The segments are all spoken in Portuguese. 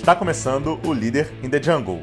Está começando o Leader in the Jungle,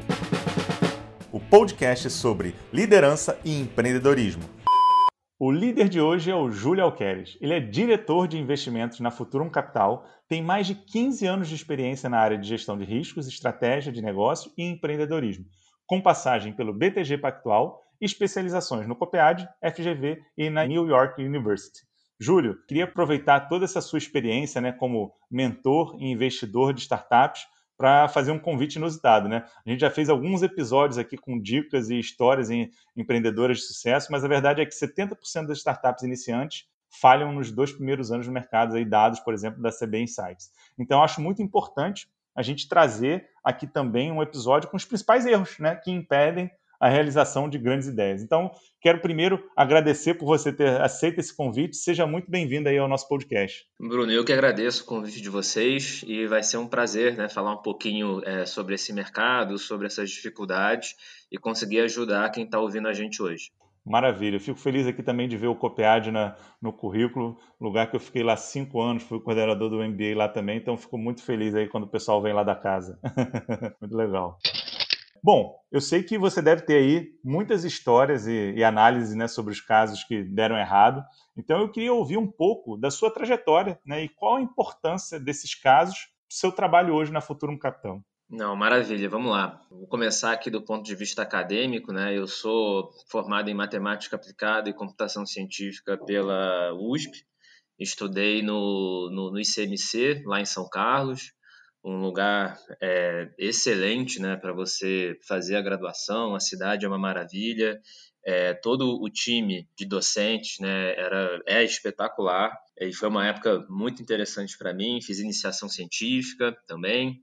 o podcast sobre liderança e empreendedorismo. O líder de hoje é o Júlio Alqueres. Ele é diretor de investimentos na Futurum Capital, tem mais de 15 anos de experiência na área de gestão de riscos, estratégia de negócio e empreendedorismo, com passagem pelo BTG Pactual e especializações no Copead, FGV e na New York University. Júlio, queria aproveitar toda essa sua experiência, como mentor e investidor de startups para fazer um convite inusitado, A gente já fez alguns episódios aqui com dicas e histórias em empreendedoras de sucesso, mas a verdade é que 70% das startups iniciantes falham nos 2 primeiros anos no mercado, aí dados, por exemplo, da CB Insights. Então, acho muito importante a gente trazer aqui também um episódio com os principais erros, que impedem a realização de grandes ideias. Então, quero primeiro agradecer por você ter aceito esse convite. Seja muito bem-vindo aí ao nosso podcast. Bruno, eu que agradeço o convite de vocês e vai ser um prazer, falar um pouquinho sobre esse mercado, sobre essas dificuldades e conseguir ajudar quem está ouvindo a gente hoje. Maravilha. Eu fico feliz aqui também de ver o Copead no currículo, lugar que eu fiquei lá 5 anos, fui coordenador do MBA lá também, então fico muito feliz aí quando o pessoal vem lá da casa. Muito legal. Bom, eu sei que você deve ter aí muitas histórias e análises sobre os casos que deram errado. Então, eu queria ouvir um pouco da sua trajetória e qual a importância desses casos para o seu trabalho hoje na Futurum Capital. Não, maravilha, vamos lá. Vou começar aqui do ponto de vista acadêmico, Eu sou formado em matemática aplicada e computação científica pela USP. Estudei no ICMC, lá em São Carlos, um lugar excelente, para você fazer a graduação. A cidade é uma maravilha. Todo o time de docentes, é espetacular. E foi uma época muito interessante para mim. Fiz iniciação científica também.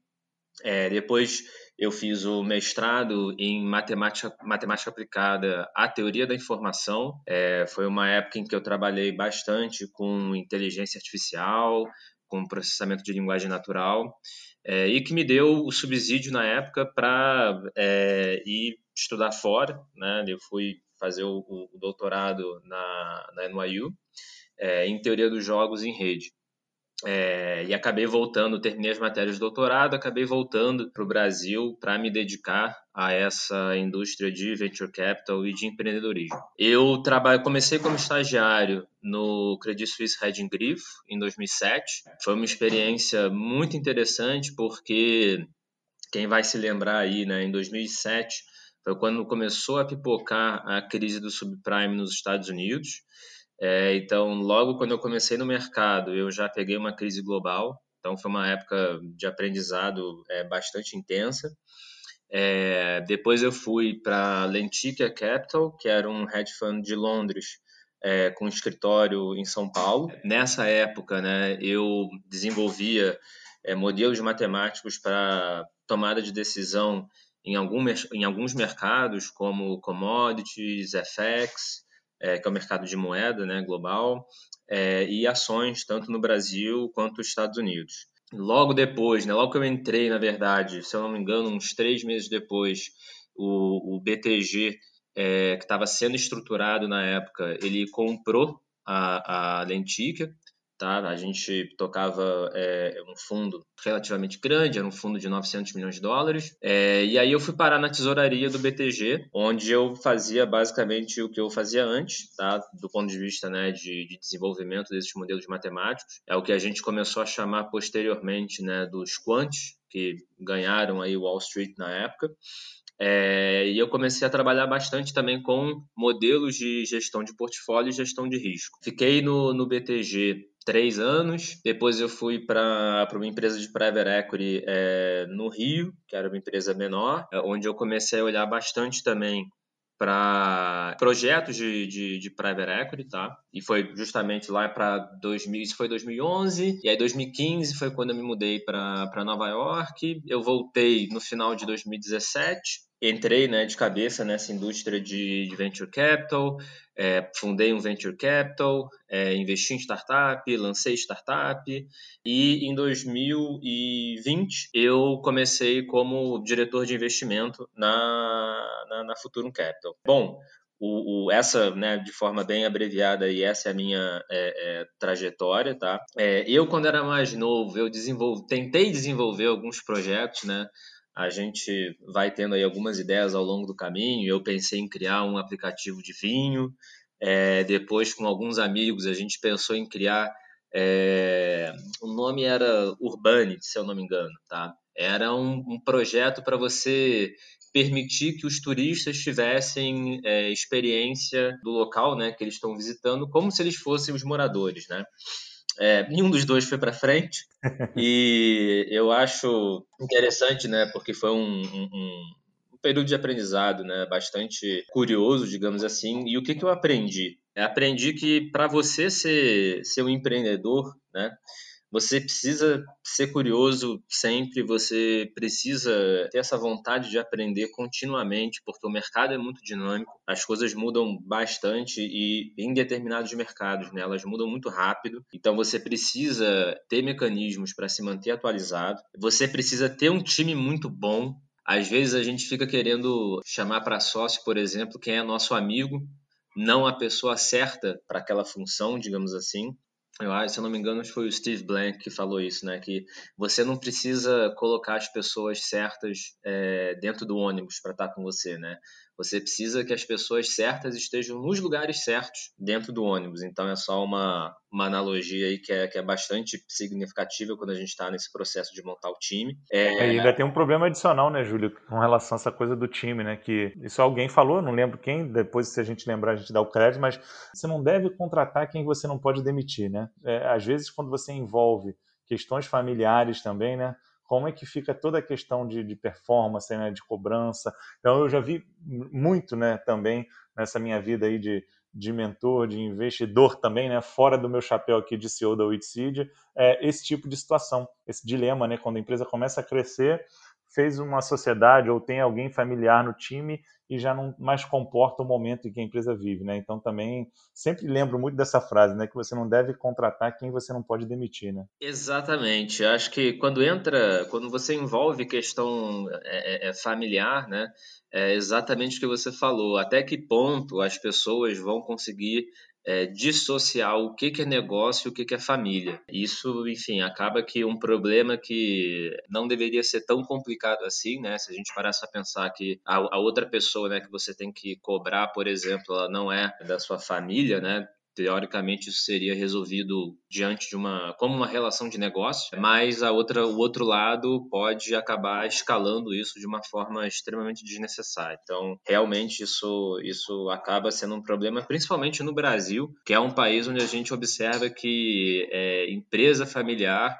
Depois eu fiz o mestrado em matemática aplicada à teoria da informação. Foi uma época em que eu trabalhei bastante com inteligência artificial, com processamento de linguagem natural, e que me deu o subsídio na época para ir estudar fora. Eu fui fazer o doutorado na NYU, em teoria dos jogos em rede. E acabei voltando, terminei as matérias de doutorado, acabei voltando para o Brasil para me dedicar a essa indústria de venture capital e de empreendedorismo. Eu comecei como estagiário no Credit Suisse Hedging Grifo em 2007. Foi uma experiência muito interessante porque quem vai se lembrar aí, em 2007 foi quando começou a pipocar a crise do subprime nos Estados Unidos. Então, logo quando eu comecei no mercado, eu já peguei uma crise global. Então, foi uma época de aprendizado bastante intensa. Depois eu fui para Lentica Capital, que era um hedge fund de Londres, com escritório em São Paulo. Nessa época, eu desenvolvia modelos matemáticos para tomada de decisão em alguns mercados, como commodities, FX, que é o mercado de moeda global, e ações, tanto no Brasil quanto nos Estados Unidos. Logo depois, logo que eu entrei, na verdade, se eu não me engano, uns 3 meses depois, o BTG, que estava sendo estruturado na época, ele comprou a Lentica. A gente tocava um fundo relativamente grande, era um fundo de 900 milhões de dólares. E aí eu fui parar na tesouraria do BTG, onde eu fazia basicamente o que eu fazia antes, do ponto de vista de desenvolvimento desses modelos matemáticos. É o que a gente começou a chamar posteriormente dos quants, que ganharam aí o Wall Street na época. E eu comecei a trabalhar bastante também com modelos de gestão de portfólio e gestão de risco. Fiquei no BTG 3 anos, depois eu fui para uma empresa de private equity no Rio, que era uma empresa menor, onde eu comecei a olhar bastante também para projetos de private equity, E foi justamente lá para 2000, isso foi 2011, e aí 2015 foi quando eu me mudei para Nova York. Eu voltei no final de 2017, entrei de cabeça nessa indústria de venture capital, fundei um venture capital, investi em startup, lancei startup, e em 2020 eu comecei como diretor de investimento na Futurum Capital. Bom, essa, né, de forma bem abreviada, e essa é a minha trajetória, tá? Eu, quando era mais novo, eu tentei desenvolver alguns projetos, né? A gente vai tendo aí algumas ideias ao longo do caminho. Eu pensei em criar um aplicativo de vinho. Depois, com alguns amigos, a gente pensou em criar... o nome era Urbane, se eu não me engano, tá? Era um projeto para você permitir que os turistas tivessem experiência do local, né, que eles estão visitando, como se eles fossem os moradores, né? Nenhum dos dois foi para frente e eu acho interessante, né, porque foi um período de aprendizado, né, bastante curioso, digamos assim. E o que eu aprendi? Aprendi que para você ser um empreendedor, né, você precisa ser curioso sempre, você precisa ter essa vontade de aprender continuamente, porque o mercado é muito dinâmico, as coisas mudam bastante e em determinados mercados, né, elas mudam muito rápido. Então você precisa ter mecanismos para se manter atualizado, você precisa ter um time muito bom. Às vezes a gente fica querendo chamar para sócio, por exemplo, quem é nosso amigo, não a pessoa certa para aquela função, digamos assim. Eu acho, se eu não me engano, foi o Steve Blank que falou isso, né? Que você não precisa colocar as pessoas certas dentro do ônibus para estar com você, né? Você precisa que as pessoas certas estejam nos lugares certos dentro do ônibus. Então é só uma analogia aí que é bastante significativa quando a gente está nesse processo de montar o time. E ainda tem um problema adicional, né, Júlio, com relação a essa coisa do time, né? Que isso alguém falou, não lembro quem, depois se a gente lembrar a gente dá o crédito, mas você não deve contratar quem você não pode demitir, né? Às vezes quando você envolve questões familiares também, né? Como é que fica toda a questão de performance, né, de cobrança. Então eu já vi muito, né, também nessa minha vida aí de mentor, de investidor também, né, fora do meu chapéu aqui de CEO da Witseed, esse tipo de situação, esse dilema, né, quando a empresa começa a crescer, fez uma sociedade ou tem alguém familiar no time e já não mais comporta o momento em que a empresa vive, né? Então também sempre lembro muito dessa frase, né, que você não deve contratar quem você não pode demitir, né? Exatamente. Eu acho que quando você envolve questão familiar, né, é exatamente o que você falou. Até que ponto as pessoas vão conseguir dissociar o que é negócio e o que é família. Isso, enfim, acaba que um problema que não deveria ser tão complicado assim, né? Se a gente parasse a pensar que a outra pessoa, né, que você tem que cobrar, por exemplo, ela não é da sua família, né? Teoricamente, isso seria resolvido diante de como uma relação de negócio, mas o outro lado pode acabar escalando isso de uma forma extremamente desnecessária. Então, realmente, isso acaba sendo um problema, principalmente no Brasil, que é um país onde a gente observa que empresa familiar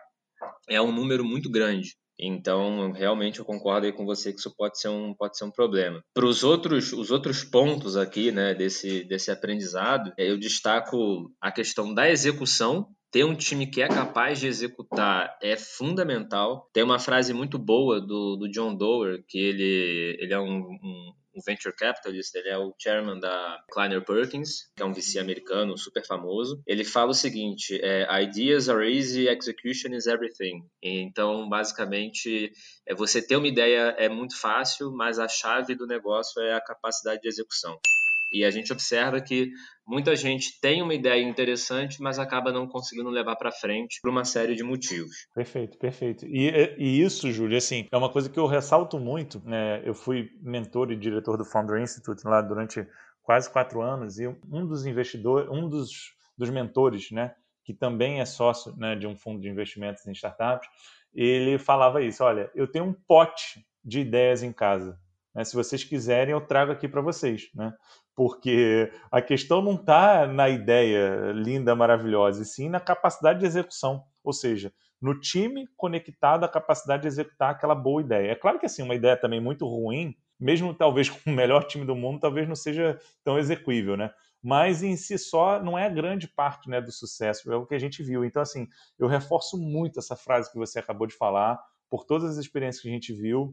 é um número muito grande. Então, realmente eu concordo aí com você que isso pode ser um problema. Para os outros pontos aqui, né, desse aprendizado, eu destaco a questão da execução. Ter um time que é capaz de executar é fundamental. Tem uma frase muito boa do John Doerr, que ele é um venture capitalist, ele é o chairman da Kleiner Perkins, que é um VC americano super famoso. Ele fala o seguinte, ideas are easy, execution is everything. Então, basicamente, você ter uma ideia é muito fácil, mas a chave do negócio é a capacidade de execução. E a gente observa que muita gente tem uma ideia interessante, mas acaba não conseguindo levar para frente por uma série de motivos. Perfeito, perfeito. E isso, Júlio, assim, é uma coisa que eu ressalto muito, né? Eu fui mentor e diretor do Founder Institute lá durante quase 4 anos e um dos investidores, dos mentores, né, que também é sócio, né, de um fundo de investimentos em startups, ele falava isso, olha, eu tenho um pote de ideias em casa, né? Se vocês quiserem, eu trago aqui para vocês, né? Porque a questão não está na ideia linda, maravilhosa, e sim na capacidade de execução. Ou seja, no time conectado à capacidade de executar aquela boa ideia. É claro que assim, uma ideia também muito ruim, mesmo talvez com o melhor time do mundo, talvez não seja tão execuível, né? Mas em si só não é a grande parte, né, do sucesso, é o que a gente viu. Então, assim, eu reforço muito essa frase que você acabou de falar, por todas as experiências que a gente viu,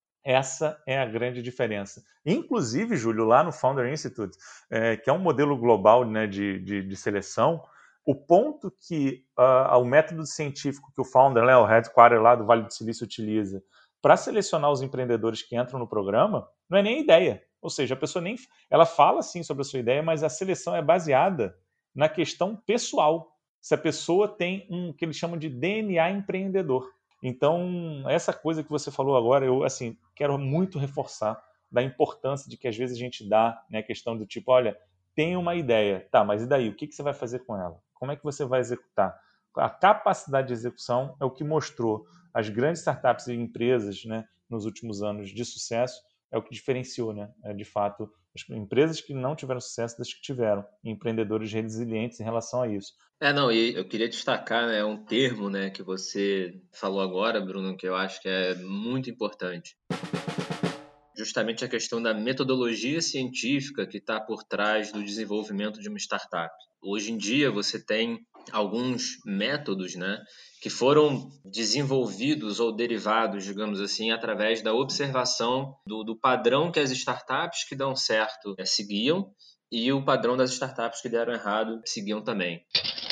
essa é a grande diferença. Inclusive, Júlio, lá no Founder Institute, que é um modelo global, né, de seleção, o ponto que o método científico que o Founder, né, o Headquarter lá do Vale do Silício utiliza para selecionar os empreendedores que entram no programa, não é nem ideia. Ou seja, a pessoa nem... Ela fala, sim, sobre a sua ideia, mas a seleção é baseada na questão pessoal. Se a pessoa tem um que eles chamam de DNA empreendedor. Então, essa coisa que você falou agora, eu assim, quero muito reforçar da importância de que às vezes a gente dá, né, a questão do tipo, olha, tem uma ideia, tá, mas e daí? O que você vai fazer com ela? Como é que você vai executar? A capacidade de execução é o que mostrou as grandes startups e empresas, né, nos últimos anos de sucesso, é o que diferenciou, né, de fato, as empresas que não tiveram sucesso das que tiveram, e empreendedores resilientes em relação a isso. Não, e eu queria destacar, né, um termo, né, que você falou agora, Bruno, que eu acho que é muito importante. Justamente a questão da metodologia científica que está por trás do desenvolvimento de uma startup. Hoje em dia você tem alguns métodos, né, que foram desenvolvidos ou derivados, digamos assim, através da observação do padrão que as startups que dão certo seguiam e o padrão das startups que deram errado seguiam também.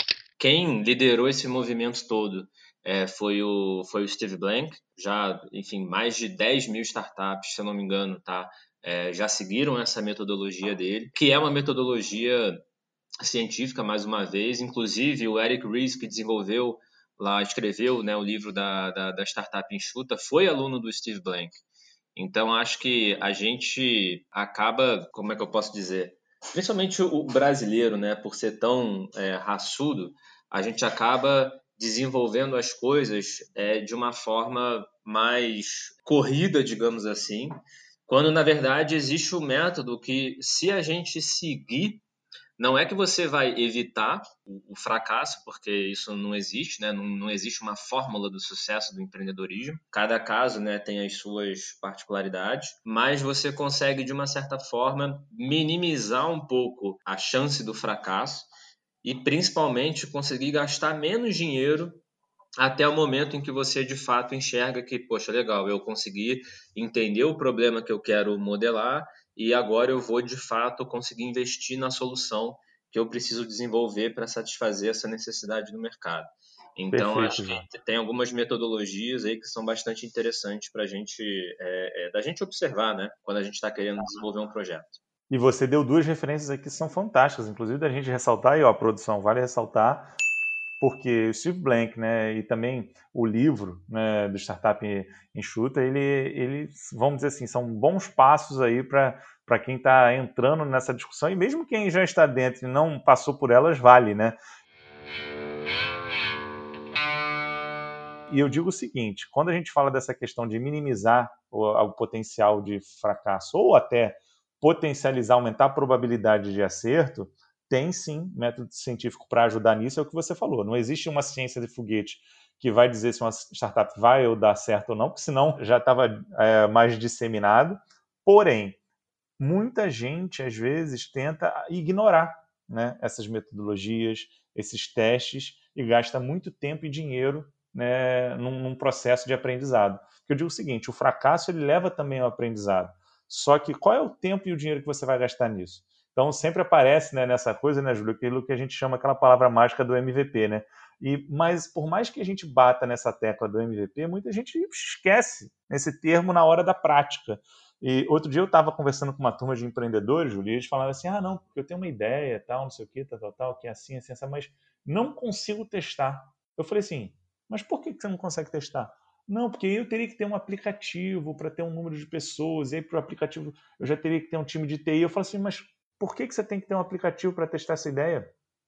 Quem liderou esse movimento todo foi o Steve Blank, já, enfim, mais de 10 mil startups, se eu não me engano, tá, já seguiram essa metodologia dele, que é uma metodologia científica, mais uma vez. Inclusive, o Eric Ries, que desenvolveu lá, escreveu, né, o livro da Startup Enxuta, foi aluno do Steve Blank. Então, acho que a gente acaba, como é que eu posso dizer? Principalmente o brasileiro, né, por ser tão raçudo, a gente acaba desenvolvendo as coisas de uma forma mais corrida, digamos assim, quando, na verdade, existe um método que, se a gente seguir, não é que você vai evitar o fracasso, porque isso não existe, né? Não existe uma fórmula do sucesso do empreendedorismo. Cada caso, né, tem as suas particularidades, mas você consegue, de uma certa forma, minimizar um pouco a chance do fracasso e, principalmente, conseguir gastar menos dinheiro até o momento em que você, de fato, enxerga que, poxa, legal, eu consegui entender o problema que eu quero modelar e agora eu vou, de fato, conseguir investir na solução que eu preciso desenvolver para satisfazer essa necessidade do mercado. Então, Perfeito, acho João. que tem algumas metodologias aí que são bastante interessantes para a gente, da gente observar, né, quando a gente está querendo desenvolver um projeto. E você deu duas referências aqui que são fantásticas, inclusive da gente ressaltar, e ó, a produção, vale ressaltar, porque o Steve Blank, né, e também o livro, né, do Startup Enxuta, ele, vamos dizer assim, são bons passos aí para quem está entrando nessa discussão, e mesmo quem já está dentro e não passou por elas, vale, né? E eu digo o seguinte, quando a gente fala dessa questão de minimizar o potencial de fracasso, ou até potencializar, aumentar a probabilidade de acerto, tem sim método científico para ajudar nisso, é o que você falou. Não existe uma ciência de foguete que vai dizer se uma startup vai ou dar certo ou não, porque senão já estava mais disseminado. Porém, muita gente, às vezes, tenta ignorar, né, essas metodologias, esses testes, e gasta muito tempo e dinheiro, né, num processo de aprendizado. Porque eu digo o seguinte, o fracasso ele leva também ao aprendizado. Só que qual é o tempo e o dinheiro que você vai gastar nisso? Então sempre aparece, né, nessa coisa, né, Júlio, aquilo que a gente chama aquela palavra mágica do MVP, né? Mas por mais que a gente bata nessa tecla do MVP, muita gente esquece esse termo na hora da prática. E outro dia eu estava conversando com uma turma de empreendedores, Júlio, e eles falavam assim, não, porque eu tenho uma ideia, tal, não sei o que, tal, que é assim, mas não consigo testar. Eu falei assim, mas por que você não consegue testar? Não, porque eu teria que ter um aplicativo para ter um número de pessoas, e aí para o aplicativo eu já teria que ter um time de TI. Eu falei assim, mas por que você tem que ter um aplicativo para testar essa ideia?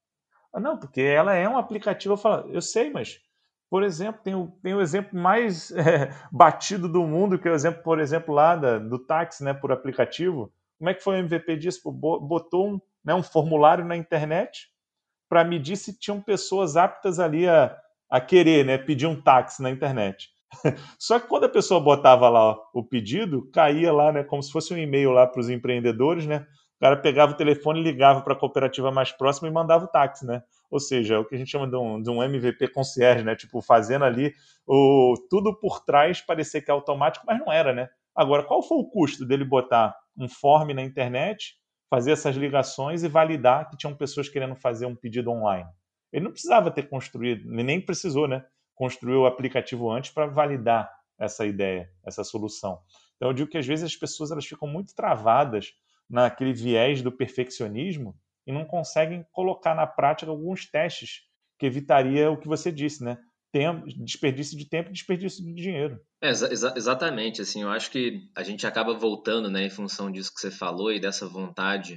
Não, porque ela é um aplicativo. Eu falo, eu sei, mas, por exemplo, tem o exemplo mais batido do mundo, que é o exemplo, por exemplo, lá do táxi, né, por aplicativo. Como é que foi o MVP disso? Botou um formulário na internet para medir se tinham pessoas aptas ali a querer, né, pedir um táxi na internet. Só que quando a pessoa botava lá o pedido, caía lá, né, como se fosse um e-mail lá para os empreendedores, né? O cara pegava o telefone, ligava para a cooperativa mais próxima e mandava o táxi, né? Ou seja, o que a gente chama de um MVP concierge, né? Tipo, fazendo ali tudo por trás parecer que é automático, mas não era, né? Agora, qual foi o custo dele botar um form na internet, fazer essas ligações e validar que tinham pessoas querendo fazer um pedido online? Ele não precisava ter construído, nem precisou, né? Construiu o aplicativo antes para validar essa ideia, essa solução. Então eu digo que às vezes as pessoas elas ficam muito travadas naquele viés do perfeccionismo e não conseguem colocar na prática alguns testes que evitaria o que você disse, né? Desperdício de tempo e desperdício de dinheiro. Exatamente, assim, eu acho que a gente acaba voltando, né, em função disso que você falou e dessa vontade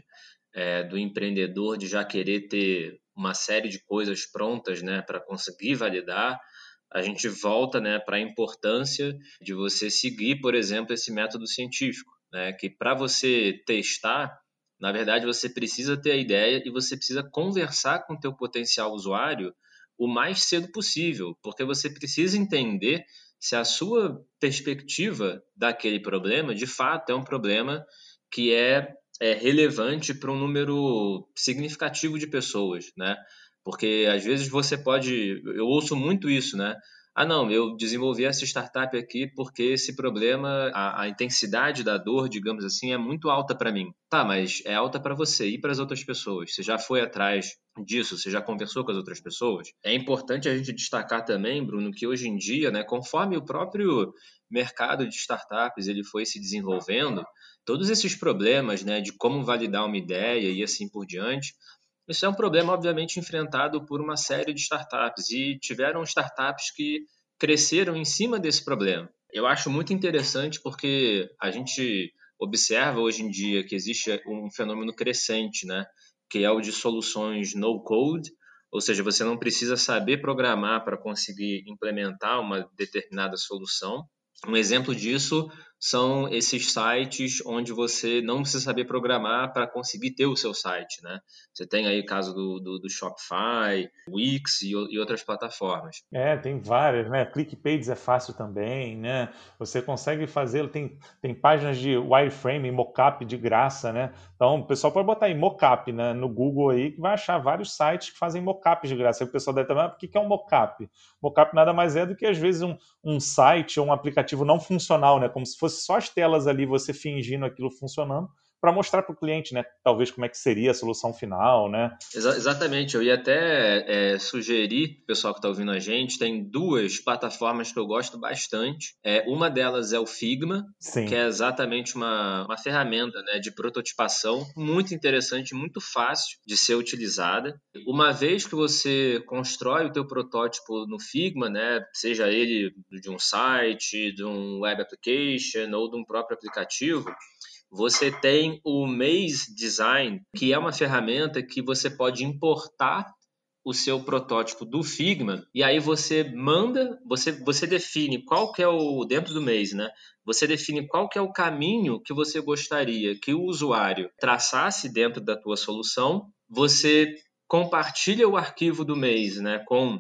do empreendedor de já querer ter uma série de coisas prontas, né, para conseguir validar. A gente volta, né, para a importância de você seguir, por exemplo, esse método científico, né, que para você testar, na verdade, você precisa ter a ideia e você precisa conversar com o teu potencial usuário o mais cedo possível, porque você precisa entender se a sua perspectiva daquele problema, de fato, é um problema que é relevante para um número significativo de pessoas, né? Porque às vezes você pode, eu ouço muito isso, né? Ah, não, eu desenvolvi essa startup aqui porque esse problema, a intensidade da dor, digamos assim, é muito alta para mim. Tá, mas é alta para você e para as outras pessoas. Você já foi atrás disso? Você já conversou com as outras pessoas? É importante a gente destacar também, Bruno, que hoje em dia, né, conforme o próprio mercado de startups ele foi se desenvolvendo, todos esses problemas, né, de como validar uma ideia e assim por diante, isso é um problema, obviamente, enfrentado por uma série de startups e tiveram startups que cresceram em cima desse problema. Eu acho muito interessante porque a gente observa hoje em dia que existe um fenômeno crescente, né, que é o de soluções no code, ou seja, você não precisa saber programar para conseguir implementar uma determinada solução. Um exemplo disso são esses sites onde você não precisa saber programar para conseguir ter o seu site, né? Você tem aí o caso do Shopify, Wix e outras plataformas. Tem várias, né? ClickPages é fácil também, né? Você consegue fazer, tem páginas de wireframe, mockup de graça, né? Então o pessoal pode botar aí mockup, né, no Google aí que vai achar vários sites que fazem mockups de graça. Aí o pessoal deve estar, o que é um mockup? Mockup nada mais é do que às vezes um site ou um aplicativo não funcional, né? Como se fosse só as telas ali, você fingindo aquilo funcionando para mostrar para o cliente, né? Talvez como é que seria a solução final, né? Exatamente, eu ia até sugerir, pessoal que está ouvindo a gente, tem duas plataformas que eu gosto bastante. Uma delas é o Figma, que Sim. é exatamente uma ferramenta, né, de prototipação muito interessante, muito fácil de ser utilizada. Uma vez que você constrói o teu protótipo no Figma, né, seja ele de um site, de um web application ou de um próprio aplicativo, você tem o Maze Design, que é uma ferramenta que você pode importar o seu protótipo do Figma e aí você manda, você define qual que é o dentro do Maze, né? Você define qual que é o caminho que você gostaria que o usuário traçasse dentro da tua solução. Você compartilha o arquivo do Maze, né, com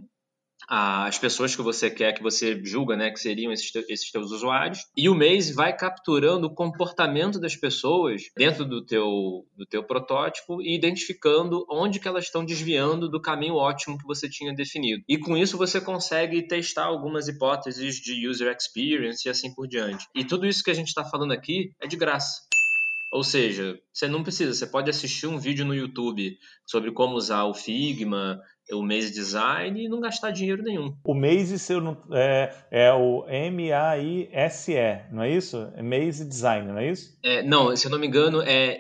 as pessoas que você quer, que você julga, né, que seriam esses teus usuários, e o Maze vai capturando o comportamento das pessoas dentro do teu protótipo e identificando onde que elas estão desviando do caminho ótimo que você tinha definido. E com isso você consegue testar algumas hipóteses de user experience e assim por diante. E tudo isso que a gente está falando aqui é de graça. Ou seja, você não precisa, você pode assistir um vídeo no YouTube sobre como usar o Figma, o Maze Design e não gastar dinheiro nenhum. O Maze é o M-A-I-S-E, não é isso? É Maze Design, não é isso? Não, se eu não me engano, é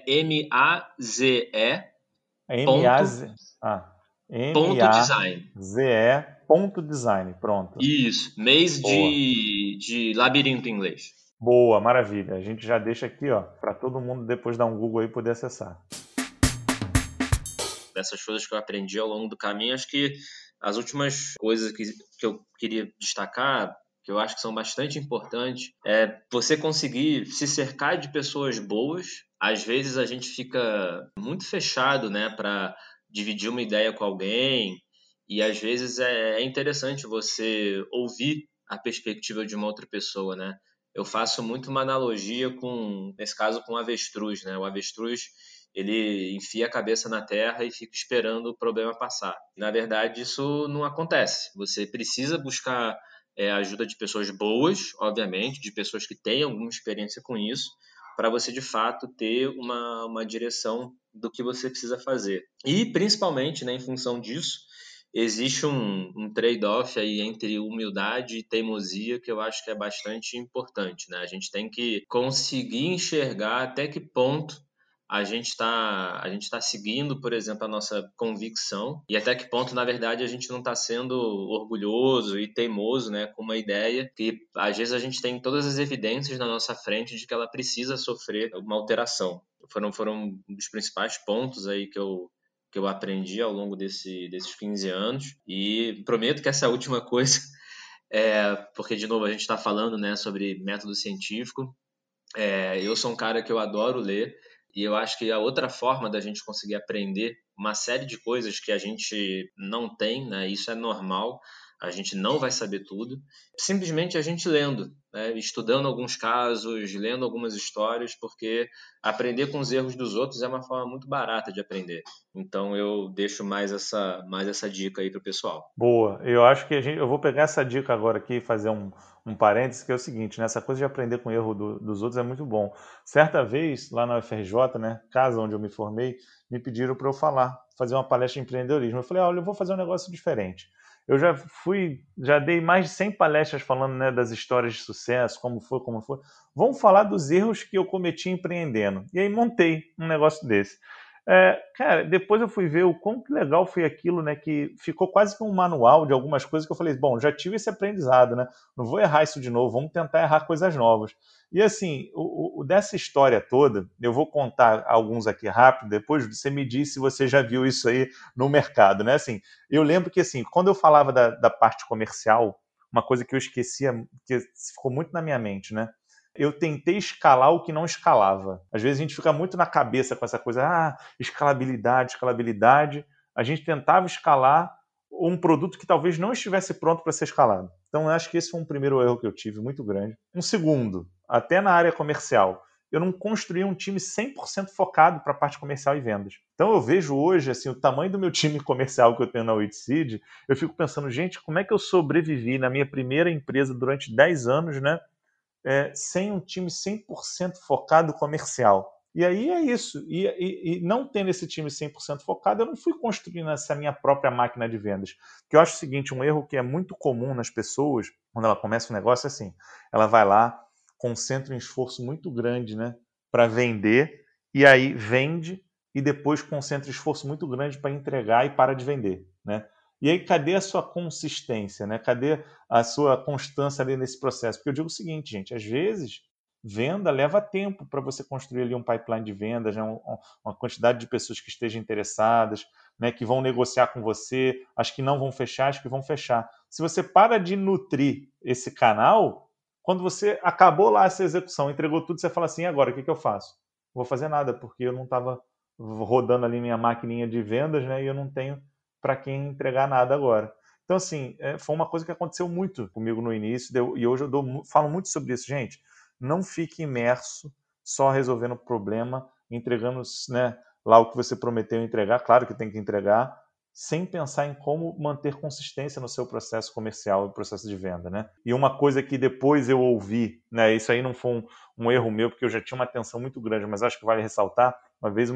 M-A-Z-E ponto, M-A-Z... Ah, ponto design. M-A-Z-E ponto design. Pronto. Isso, Maze Boa. de labirinto em inglês. Boa, maravilha. A gente já deixa aqui, ó, para todo mundo depois dar um Google aí e poder acessar. Dessas coisas que eu aprendi ao longo do caminho, acho que as últimas coisas que eu queria destacar, que eu acho que são bastante importantes, é você conseguir se cercar de pessoas boas. Às vezes a gente fica muito fechado, né, para dividir uma ideia com alguém, e às vezes é interessante você ouvir a perspectiva de uma outra pessoa, né? Eu faço muito uma analogia com, nesse caso, com o avestruz, né? O avestruz ele enfia a cabeça na terra e fica esperando o problema passar. Na verdade, isso não acontece. Você precisa buscar a ajuda de pessoas boas, obviamente, de pessoas que tenham alguma experiência com isso, para você, de fato, ter uma direção do que você precisa fazer. E, principalmente, né, em função disso, existe um trade-off aí entre humildade e teimosia que eu acho que é bastante importante, né? A gente tem que conseguir enxergar até que ponto a gente tá seguindo, por exemplo, a nossa convicção e até que ponto, na verdade, a gente não está sendo orgulhoso e teimoso, né, com uma ideia que às vezes a gente tem todas as evidências na nossa frente de que ela precisa sofrer uma alteração. Foram um dos principais pontos aí que eu aprendi ao longo desses 15 anos e prometo que essa última coisa porque de novo a gente está falando, né, sobre método científico. Eu sou um cara que eu adoro ler e eu acho que a outra forma da gente conseguir aprender uma série de coisas que a gente não tem, né? Isso é normal, a gente não vai saber tudo, simplesmente a gente lendo, né? Estudando alguns casos, lendo algumas histórias, porque aprender com os erros dos outros é uma forma muito barata de aprender. Então eu deixo mais essa dica aí pro pessoal. Boa, eu acho que eu vou pegar essa dica agora aqui e fazer um parênteses, que é o seguinte, né? Essa coisa de aprender com o erro dos outros é muito bom. Certa vez, lá na UFRJ, né, casa onde eu me formei, me pediram para eu fazer uma palestra de empreendedorismo. Eu falei, olha, eu vou fazer um negócio diferente. Eu já dei mais de 100 palestras falando, né, das histórias de sucesso, como foi. Vamos falar dos erros que eu cometi empreendendo. E aí montei um negócio desse. Cara, depois eu fui ver o quão legal foi aquilo, né? Que ficou quase que um manual de algumas coisas que eu falei, bom, já tive esse aprendizado, né? Não vou errar isso de novo, vamos tentar errar coisas novas. E assim, dessa história toda, eu vou contar alguns aqui rápido, depois você me diz se você já viu isso aí no mercado, né? Assim, eu lembro que assim, quando eu falava da parte comercial, uma coisa que eu esquecia, que ficou muito na minha mente, né? Eu tentei escalar o que não escalava. Às vezes a gente fica muito na cabeça com essa coisa, escalabilidade, escalabilidade. A gente tentava escalar um produto que talvez não estivesse pronto para ser escalado. Então, eu acho que esse foi um primeiro erro que eu tive, muito grande. Um segundo, até na área comercial, eu não construí um time 100% focado para a parte comercial e vendas. Então, eu vejo hoje assim, o tamanho do meu time comercial que eu tenho na Witseed, eu fico pensando, gente, como é que eu sobrevivi na minha primeira empresa durante 10 anos, né? Sem um time 100% focado comercial. E aí é isso. E não tendo esse time 100% focado, eu não fui construindo essa minha própria máquina de vendas. Porque eu acho o seguinte, um erro que é muito comum nas pessoas, quando ela começa um negócio, é assim, ela vai lá, concentra um esforço muito grande, né, para vender, e aí vende, e depois concentra esforço muito grande para entregar e para de vender, né? E aí, cadê a sua consistência, né? Cadê a sua constância ali nesse processo? Porque eu digo o seguinte, gente, às vezes venda leva tempo para você construir ali um pipeline de vendas, né? Uma quantidade de pessoas que estejam interessadas, né? Que vão negociar com você, as que não vão fechar, as que vão fechar. Se você para de nutrir esse canal, quando você acabou lá essa execução, entregou tudo, você fala assim, e agora, o que eu faço? Não vou fazer nada, porque eu não estava rodando ali minha maquininha de vendas, né? E eu não tenho para quem entregar nada agora. Então, assim, foi uma coisa que aconteceu muito comigo no início, e hoje eu falo muito sobre isso. Gente, não fique imerso só resolvendo o problema, entregando, né, lá o que você prometeu entregar, claro que tem que entregar, sem pensar em como manter consistência no seu processo comercial e processo de venda, né? E uma coisa que depois eu ouvi, né, isso aí não foi um erro meu, porque eu já tinha uma atenção muito grande, mas acho que vale ressaltar, uma vez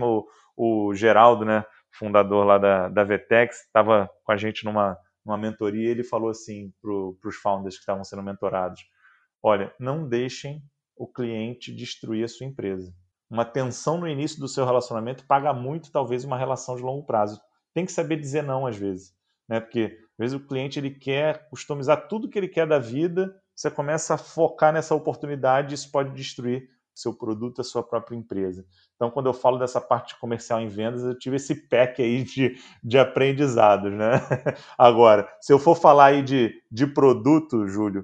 o Geraldo, né, fundador lá da Vetex, estava com a gente numa mentoria, e ele falou assim para os founders que estavam sendo mentorados, olha, não deixem o cliente destruir a sua empresa. Uma tensão no início do seu relacionamento paga muito, talvez, uma relação de longo prazo. Tem que saber dizer não, às vezes, né? Porque, às vezes, o cliente ele quer customizar tudo que ele quer da vida, você começa a focar nessa oportunidade e isso pode destruir seu produto, a sua própria empresa. Então, quando eu falo dessa parte comercial em vendas, eu tive esse pack aí de aprendizados, né? Agora, se eu for falar aí de produto, Júlio,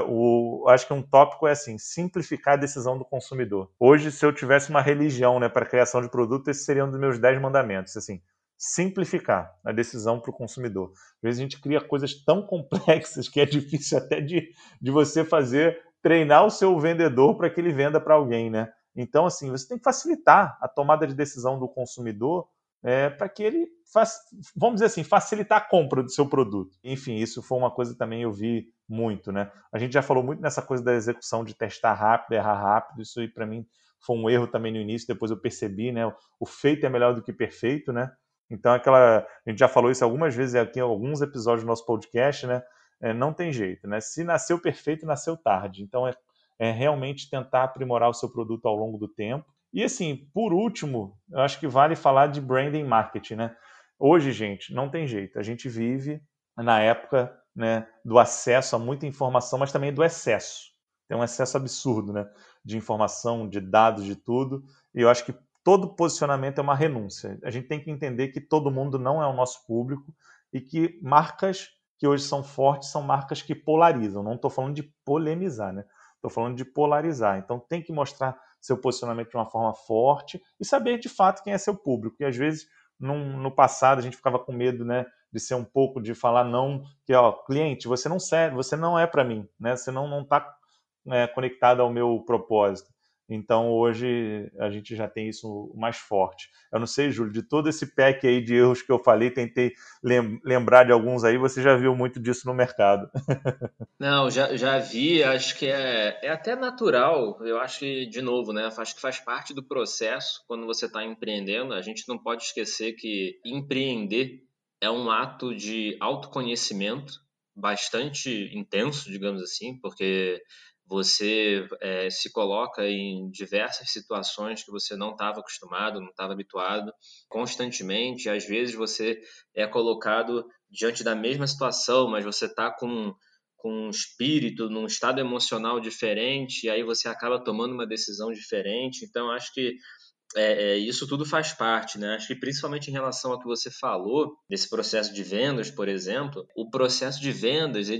acho que um tópico é assim, simplificar a decisão do consumidor. Hoje, se eu tivesse uma religião, né, para a criação de produto, esse seria um dos meus 10 mandamentos, assim, simplificar a decisão para o consumidor. Às vezes a gente cria coisas tão complexas que é difícil até de você treinar o seu vendedor para que ele venda para alguém, né? Então, assim, você tem que facilitar a tomada de decisão do consumidor para que ele vamos dizer assim, facilitar a compra do seu produto. Enfim, isso foi uma coisa que também eu vi muito, né? A gente já falou muito nessa coisa da execução de testar rápido, errar rápido, isso aí para mim foi um erro também no início, depois eu percebi, né? O feito é melhor do que perfeito, né? Então, a gente já falou isso algumas vezes aqui em alguns episódios do nosso podcast, né? Não tem jeito, né? Se nasceu perfeito, nasceu tarde. Então, é realmente tentar aprimorar o seu produto ao longo do tempo. E assim, por último, eu acho que vale falar de branding marketing, né? Hoje, gente, não tem jeito. A gente vive na época, né, do acesso a muita informação, mas também do excesso. Tem um excesso absurdo, né, de informação, de dados, de tudo. E eu acho que todo posicionamento é uma renúncia. A gente tem que entender que todo mundo não é o nosso público e que marcas que hoje são fortes são marcas que polarizam. Não estou falando de polemizar, né? Estou falando de polarizar. Então tem que mostrar seu posicionamento de uma forma forte e saber de fato quem é seu público. E às vezes no passado a gente ficava com medo, né, de ser um pouco, de falar não, que ó, cliente, você não serve, você não é para mim, né? Você não está conectado ao meu propósito. Então hoje a gente já tem isso mais forte. Eu não sei, Júlio, de todo esse pack aí de erros que eu falei, tentei lembrar de alguns aí, você já viu muito disso no mercado. Não, já vi, acho que é até natural, eu acho que, de novo, né, acho que faz parte do processo quando você está empreendendo, a gente não pode esquecer que empreender é um ato de autoconhecimento bastante intenso, digamos assim, porque você se coloca em diversas situações que você não estava acostumado, não estava habituado, constantemente, às vezes você é colocado diante da mesma situação, mas você está com um espírito, num estado emocional diferente, e aí você acaba tomando uma decisão diferente. Então, acho que isso tudo faz parte, né? Acho que principalmente em relação ao que você falou, desse processo de vendas, por exemplo, o processo de vendas,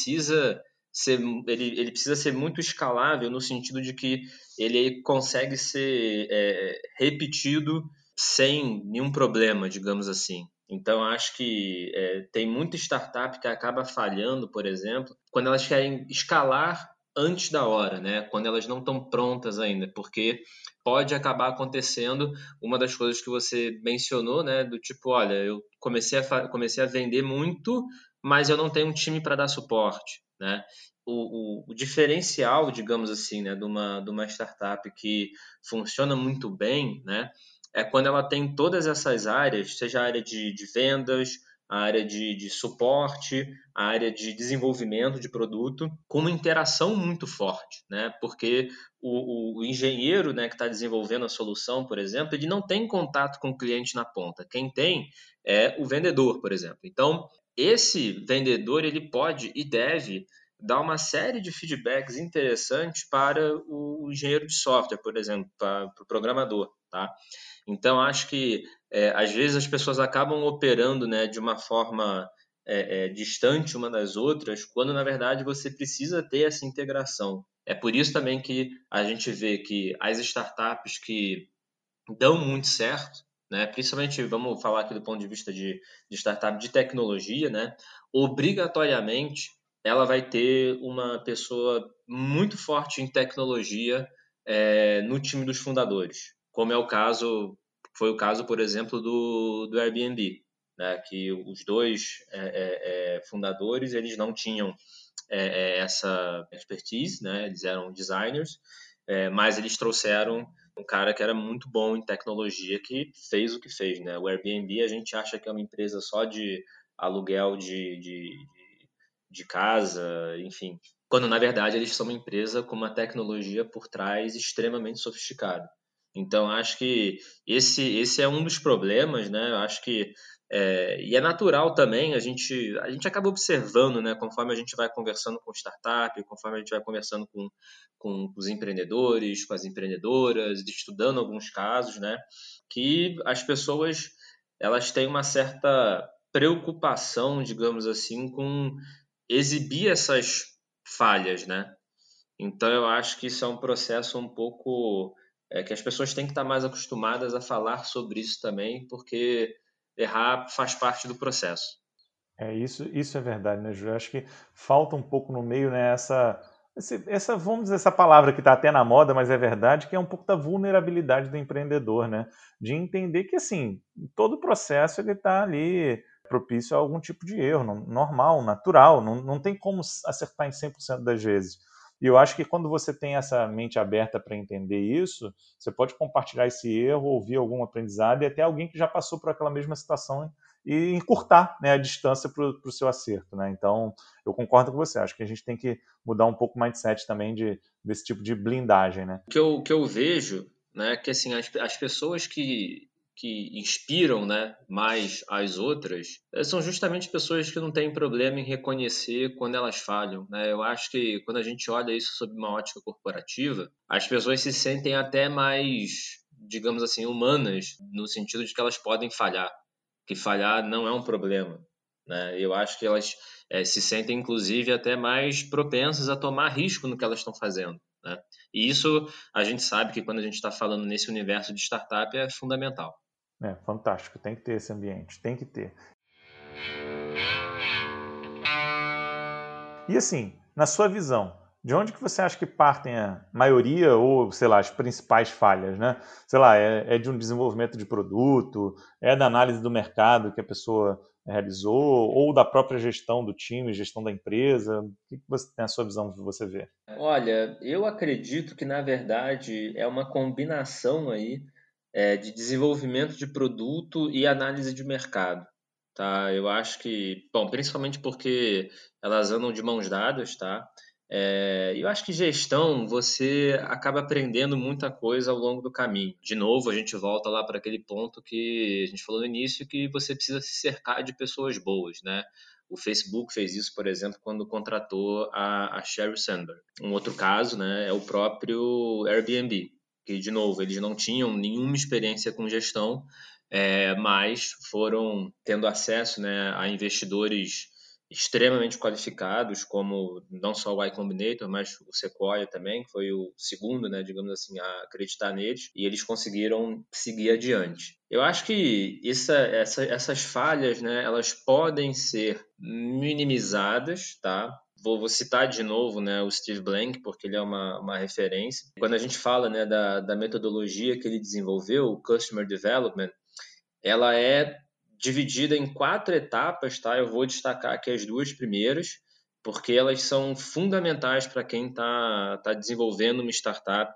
ele precisa ser muito escalável no sentido de que ele consegue ser repetido sem nenhum problema, digamos assim. Então, acho que tem muita startup que acaba falhando, por exemplo, quando elas querem escalar antes da hora, né? Quando elas não estão prontas ainda, porque pode acabar acontecendo uma das coisas que você mencionou, né? Do tipo, olha, eu comecei a vender muito, mas eu não tenho um time para dar suporte, né? O diferencial, digamos assim, né, de uma startup que funciona muito bem, né, é quando ela tem todas essas áreas, seja a área de vendas, a área de suporte, a área de desenvolvimento de produto, com uma interação muito forte, né? Porque o engenheiro, né, que está desenvolvendo a solução, por exemplo, ele não tem contato com o cliente na ponta. Quem tem é o vendedor, por exemplo. Então, esse vendedor ele pode e deve dar uma série de feedbacks interessantes para o engenheiro de software, por exemplo, para o programador, tá? Então, acho que às vezes as pessoas acabam operando, né, de uma forma distante uma das outras, quando na verdade você precisa ter essa integração. É por isso também que a gente vê que as startups que dão muito certo, né, principalmente vamos falar aqui do ponto de vista de startup de tecnologia, né, obrigatoriamente ela vai ter uma pessoa muito forte em tecnologia no time dos fundadores, como é o caso, foi o caso, por exemplo, do Airbnb, né, que os dois fundadores eles não tinham essa expertise, né, eles eram designers, mas eles trouxeram um cara que era muito bom em tecnologia que fez o que fez, né? O Airbnb a gente acha que é uma empresa só de aluguel de casa, enfim. Quando na verdade eles são uma empresa com uma tecnologia por trás extremamente sofisticada. Então acho que esse é um dos problemas, né? Eu acho que e é natural também, a gente acaba observando, né, conforme a gente vai conversando com startup, conforme a gente vai conversando com os empreendedores, com as empreendedoras, estudando alguns casos, né, que as pessoas elas têm uma certa preocupação, digamos assim, com exibir essas falhas, né? Então eu acho que isso é um processo um pouco que as pessoas têm que estar mais acostumadas a falar sobre isso também, porque errar faz parte do processo. Isso é verdade, né, Ju? Eu acho que falta um pouco no meio, né, vamos dizer, essa palavra que está até na moda, mas é verdade, que é um pouco da vulnerabilidade do empreendedor, né? De entender que, assim, todo o processo ele está ali propício a algum tipo de erro, normal, natural, não tem como acertar em 100% das vezes. E eu acho que quando você tem essa mente aberta para entender isso, você pode compartilhar esse erro, ouvir algum aprendizado e até alguém que já passou por aquela mesma situação e encurtar, né, a distância para o seu acerto, né? Então, eu concordo com você. Acho que a gente tem que mudar um pouco o mindset também desse tipo de blindagem, né? O que eu vejo, né, que assim, as pessoas que inspiram, né, mais as outras, são justamente pessoas que não têm problema em reconhecer quando elas falham, né? Eu acho que quando a gente olha isso sob uma ótica corporativa, as pessoas se sentem até mais, digamos assim, humanas, no sentido de que elas podem falhar, que falhar não é um problema, né? Eu acho que elas se sentem, inclusive, até mais propensas a tomar risco no que elas estão fazendo, né? E isso a gente sabe que quando a gente está falando nesse universo de startup é fundamental. É fantástico, tem que ter esse ambiente, tem que ter. E assim, na sua visão, de onde que você acha que partem a maioria ou, sei lá, as principais falhas, né? Sei lá, é de um desenvolvimento de produto, é da análise do mercado que a pessoa realizou, ou da própria gestão do time, gestão da empresa? O que você tem a sua visão de você ver? Olha, eu acredito que na verdade é uma combinação aí de desenvolvimento de produto e análise de mercado, tá? Eu acho que, bom, principalmente porque elas andam de mãos dadas, tá? Eu acho que gestão você acaba aprendendo muita coisa ao longo do caminho. De novo, a gente volta lá para aquele ponto que a gente falou no início, que você precisa se cercar de pessoas boas, né? O Facebook fez isso, por exemplo, quando contratou a Sheryl Sandberg. Um outro caso, né, é o próprio Airbnb, que, de novo, eles não tinham nenhuma experiência com gestão, mas foram tendo acesso, né, a investidores extremamente qualificados, como não só o Y Combinator, mas o Sequoia também, que foi o segundo, né, digamos assim, a acreditar neles, e eles conseguiram seguir adiante. Eu acho que essas falhas, né, elas podem ser minimizadas, tá? Vou citar de novo, né, o Steve Blank, porque ele é uma referência. Quando a gente fala, né, da metodologia que ele desenvolveu, o Customer Development, ela é dividida em 4 etapas, tá? Eu vou destacar aqui as 2 primeiras, porque elas são fundamentais para quem está desenvolvendo uma startup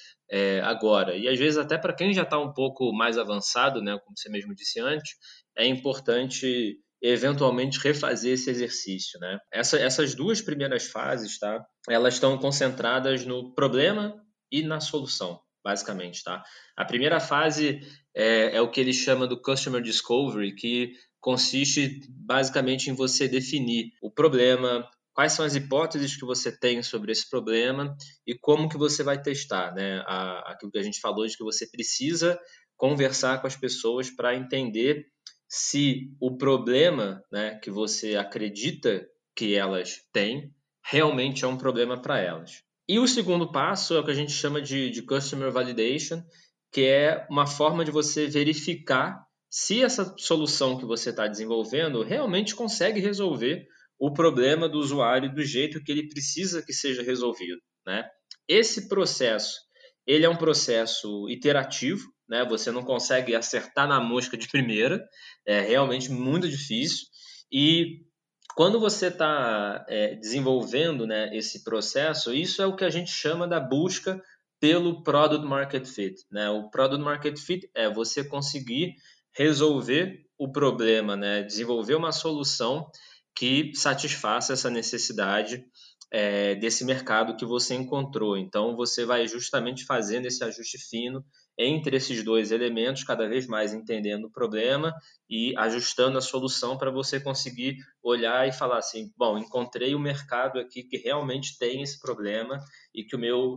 agora. E às vezes até para quem já está um pouco mais avançado, né, como você mesmo disse antes, é importante eventualmente refazer esse exercício, né? Essas 2 primeiras fases, tá? Elas estão concentradas no problema e na solução, basicamente, tá? A primeira fase é o que ele chama do Customer Discovery, que consiste basicamente em você definir o problema, quais são as hipóteses que você tem sobre esse problema e como que você vai testar, né? Aquilo que a gente falou de que você precisa conversar com as pessoas para entender se o problema, né, que você acredita que elas têm realmente é um problema para elas. E o segundo passo é o que a gente chama de Customer Validation, que é uma forma de você verificar se essa solução que você está desenvolvendo realmente consegue resolver o problema do usuário do jeito que ele precisa que seja resolvido, né? Esse processo, ele é um processo iterativo, né? Você não consegue acertar na mosca de primeira, é realmente muito difícil. E quando você está desenvolvendo, né, esse processo, isso é o que a gente chama da busca pelo Product Market Fit, né? O Product Market Fit é você conseguir resolver o problema, né? Desenvolver uma solução que satisfaça essa necessidade desse mercado que você encontrou. Então, você vai justamente fazendo esse ajuste fino entre esses 2 elementos, cada vez mais entendendo o problema e ajustando a solução para você conseguir olhar e falar assim, bom, encontrei um mercado aqui que realmente tem esse problema e que o meu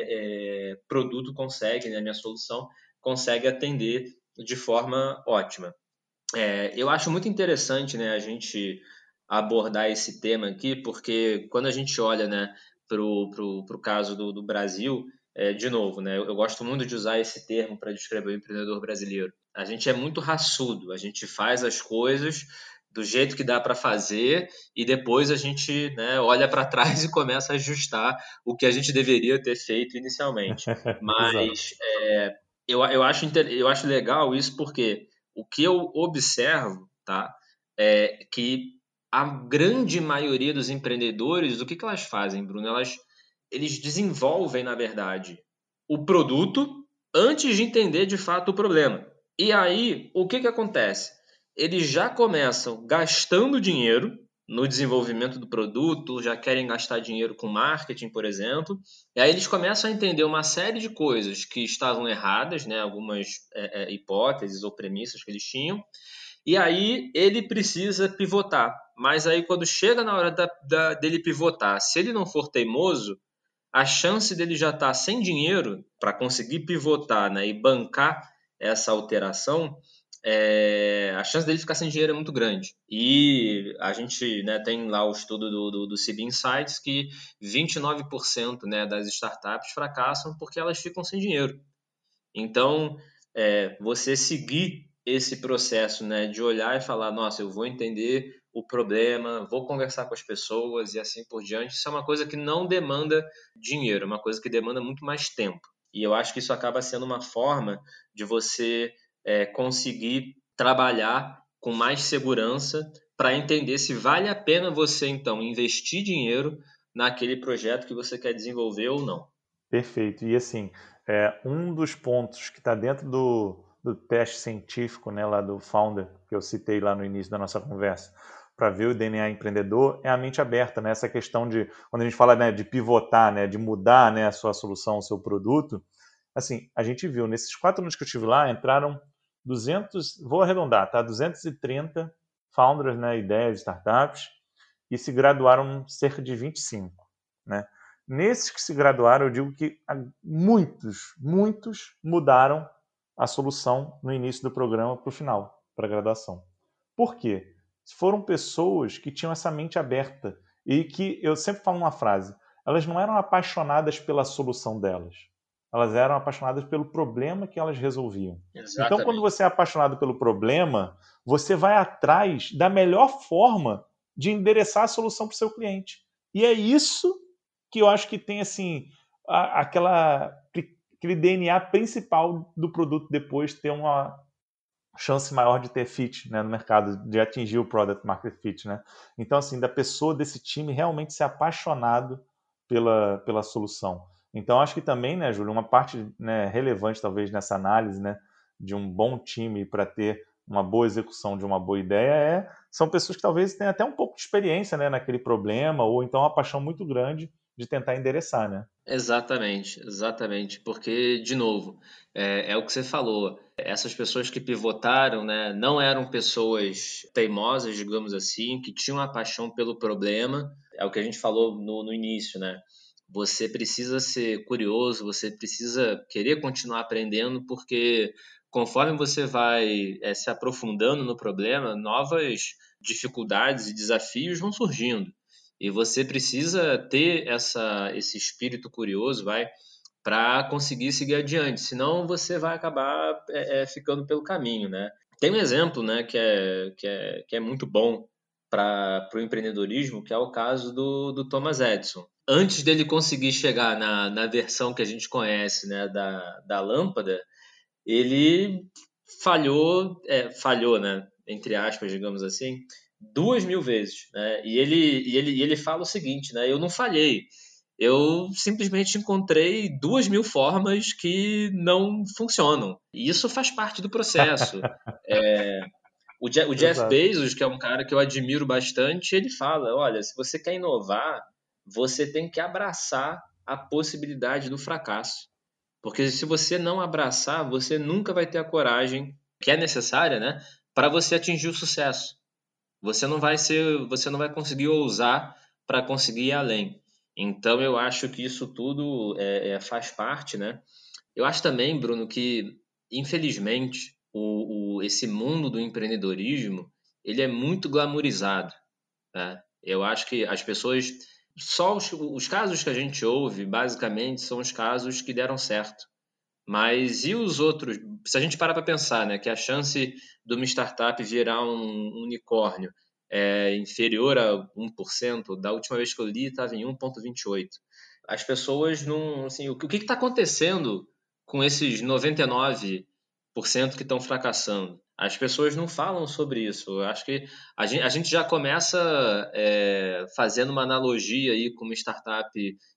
produto consegue, né, a minha solução consegue atender de forma ótima. Eu acho muito interessante, né, a gente abordar esse tema aqui, porque quando a gente olha, né, pro caso do Brasil, de novo, né, eu gosto muito de usar esse termo para descrever o empreendedor brasileiro. A gente é muito raçudo, a gente faz as coisas do jeito que dá para fazer e depois a gente, né, olha para trás e começa a ajustar o que a gente deveria ter feito inicialmente. Exato. Mas eu acho legal isso porque o que eu observo, tá, é que a grande maioria dos empreendedores, o que elas fazem, Bruno? eles desenvolvem, na verdade, o produto antes de entender de fato o problema. E aí, o que acontece? Eles já começam gastando dinheiro no desenvolvimento do produto, já querem gastar dinheiro com marketing, por exemplo, e aí eles começam a entender uma série de coisas que estavam erradas, né? Algumas hipóteses ou premissas que eles tinham, e aí ele precisa pivotar. Mas aí quando chega na hora dele pivotar, se ele não for teimoso, a chance dele já estar sem dinheiro para conseguir pivotar, né, e bancar essa alteração, a chance dele ficar sem dinheiro é muito grande. E a gente, né, tem lá o estudo do CB Insights que 29%, né, das startups fracassam porque elas ficam sem dinheiro. Então, você seguir esse processo, né, de olhar e falar, nossa, eu vou entender o problema, vou conversar com as pessoas e assim por diante, isso é uma coisa que não demanda dinheiro, é uma coisa que demanda muito mais tempo. E eu acho que isso acaba sendo uma forma de você conseguir trabalhar com mais segurança para entender se vale a pena você, então, investir dinheiro naquele projeto que você quer desenvolver ou não. Perfeito. E assim, um dos pontos que está dentro do teste científico, né, lá do Founder, que eu citei lá no início da nossa conversa, para ver o DNA empreendedor, é a mente aberta, né? Essa questão de, quando a gente fala, né, de pivotar, né, de mudar, né, a sua solução, o seu produto, assim, a gente viu, nesses 4 anos que eu estive lá, entraram 200, vou arredondar, tá? 230 founders, né, ideias, startups, e se graduaram cerca de 25, né? Nesses que se graduaram, eu digo que muitos mudaram a solução no início do programa para o final, para a graduação. Por quê? Foram pessoas que tinham essa mente aberta e que, eu sempre falo uma frase, elas não eram apaixonadas pela solução delas, elas eram apaixonadas pelo problema que elas resolviam. Exatamente. Então, quando você é apaixonado pelo problema, você vai atrás da melhor forma de endereçar a solução para o seu cliente. E é isso que eu acho que tem assim aquele DNA principal do produto depois ter uma chance maior de ter fit, né, no mercado, de atingir o product market fit, né? Então, assim, da pessoa desse time realmente ser apaixonado pela solução. Então, acho que também, né, Júlio, uma parte, né, relevante talvez nessa análise, né, de um bom time para ter uma boa execução de uma boa ideia são pessoas que talvez tenham até um pouco de experiência, né, naquele problema, ou então uma paixão muito grande de tentar endereçar, né? Exatamente, porque, de novo, é o que você falou, essas pessoas que pivotaram, né, não eram pessoas teimosas, digamos assim, que tinham a paixão pelo problema, é o que a gente falou no início, né? Você precisa ser curioso, você precisa querer continuar aprendendo, porque conforme você vai se aprofundando no problema, novas dificuldades e desafios vão surgindo. E você precisa ter esse espírito curioso, para conseguir seguir adiante. Senão você vai acabar ficando pelo caminho, né? Tem um exemplo, né, que é muito bom para o empreendedorismo, que é o caso do Thomas Edison. Antes dele conseguir chegar na versão que a gente conhece, né, da lâmpada, ele falhou, né, entre aspas, digamos assim, 2.000 vezes, né? E ele fala o seguinte, né? Eu não falhei, eu simplesmente encontrei 2.000 formas que não funcionam. E isso faz parte do processo. O Jeff Exato. Bezos, que é um cara que eu admiro bastante, ele fala, olha, se você quer inovar, você tem que abraçar a possibilidade do fracasso. Porque se você não abraçar, você nunca vai ter a coragem que é necessária, né, para você atingir o sucesso. Você não vai conseguir ousar para conseguir ir além. Então eu acho que isso tudo faz parte, né? Eu acho também, Bruno, que infelizmente esse mundo do empreendedorismo ele é muito glamourizado, né? Eu acho que as pessoas só os casos que a gente ouve basicamente são os casos que deram certo. Mas e os outros? Se a gente parar para pensar, né, que a chance de uma startup virar um unicórnio é inferior a 1%, da última vez que eu li estava em 1,28. As pessoas não. Assim, o que está acontecendo com esses 99% que estão fracassando? As pessoas não falam sobre isso. Eu acho que a gente já começa fazendo uma analogia aí com uma startup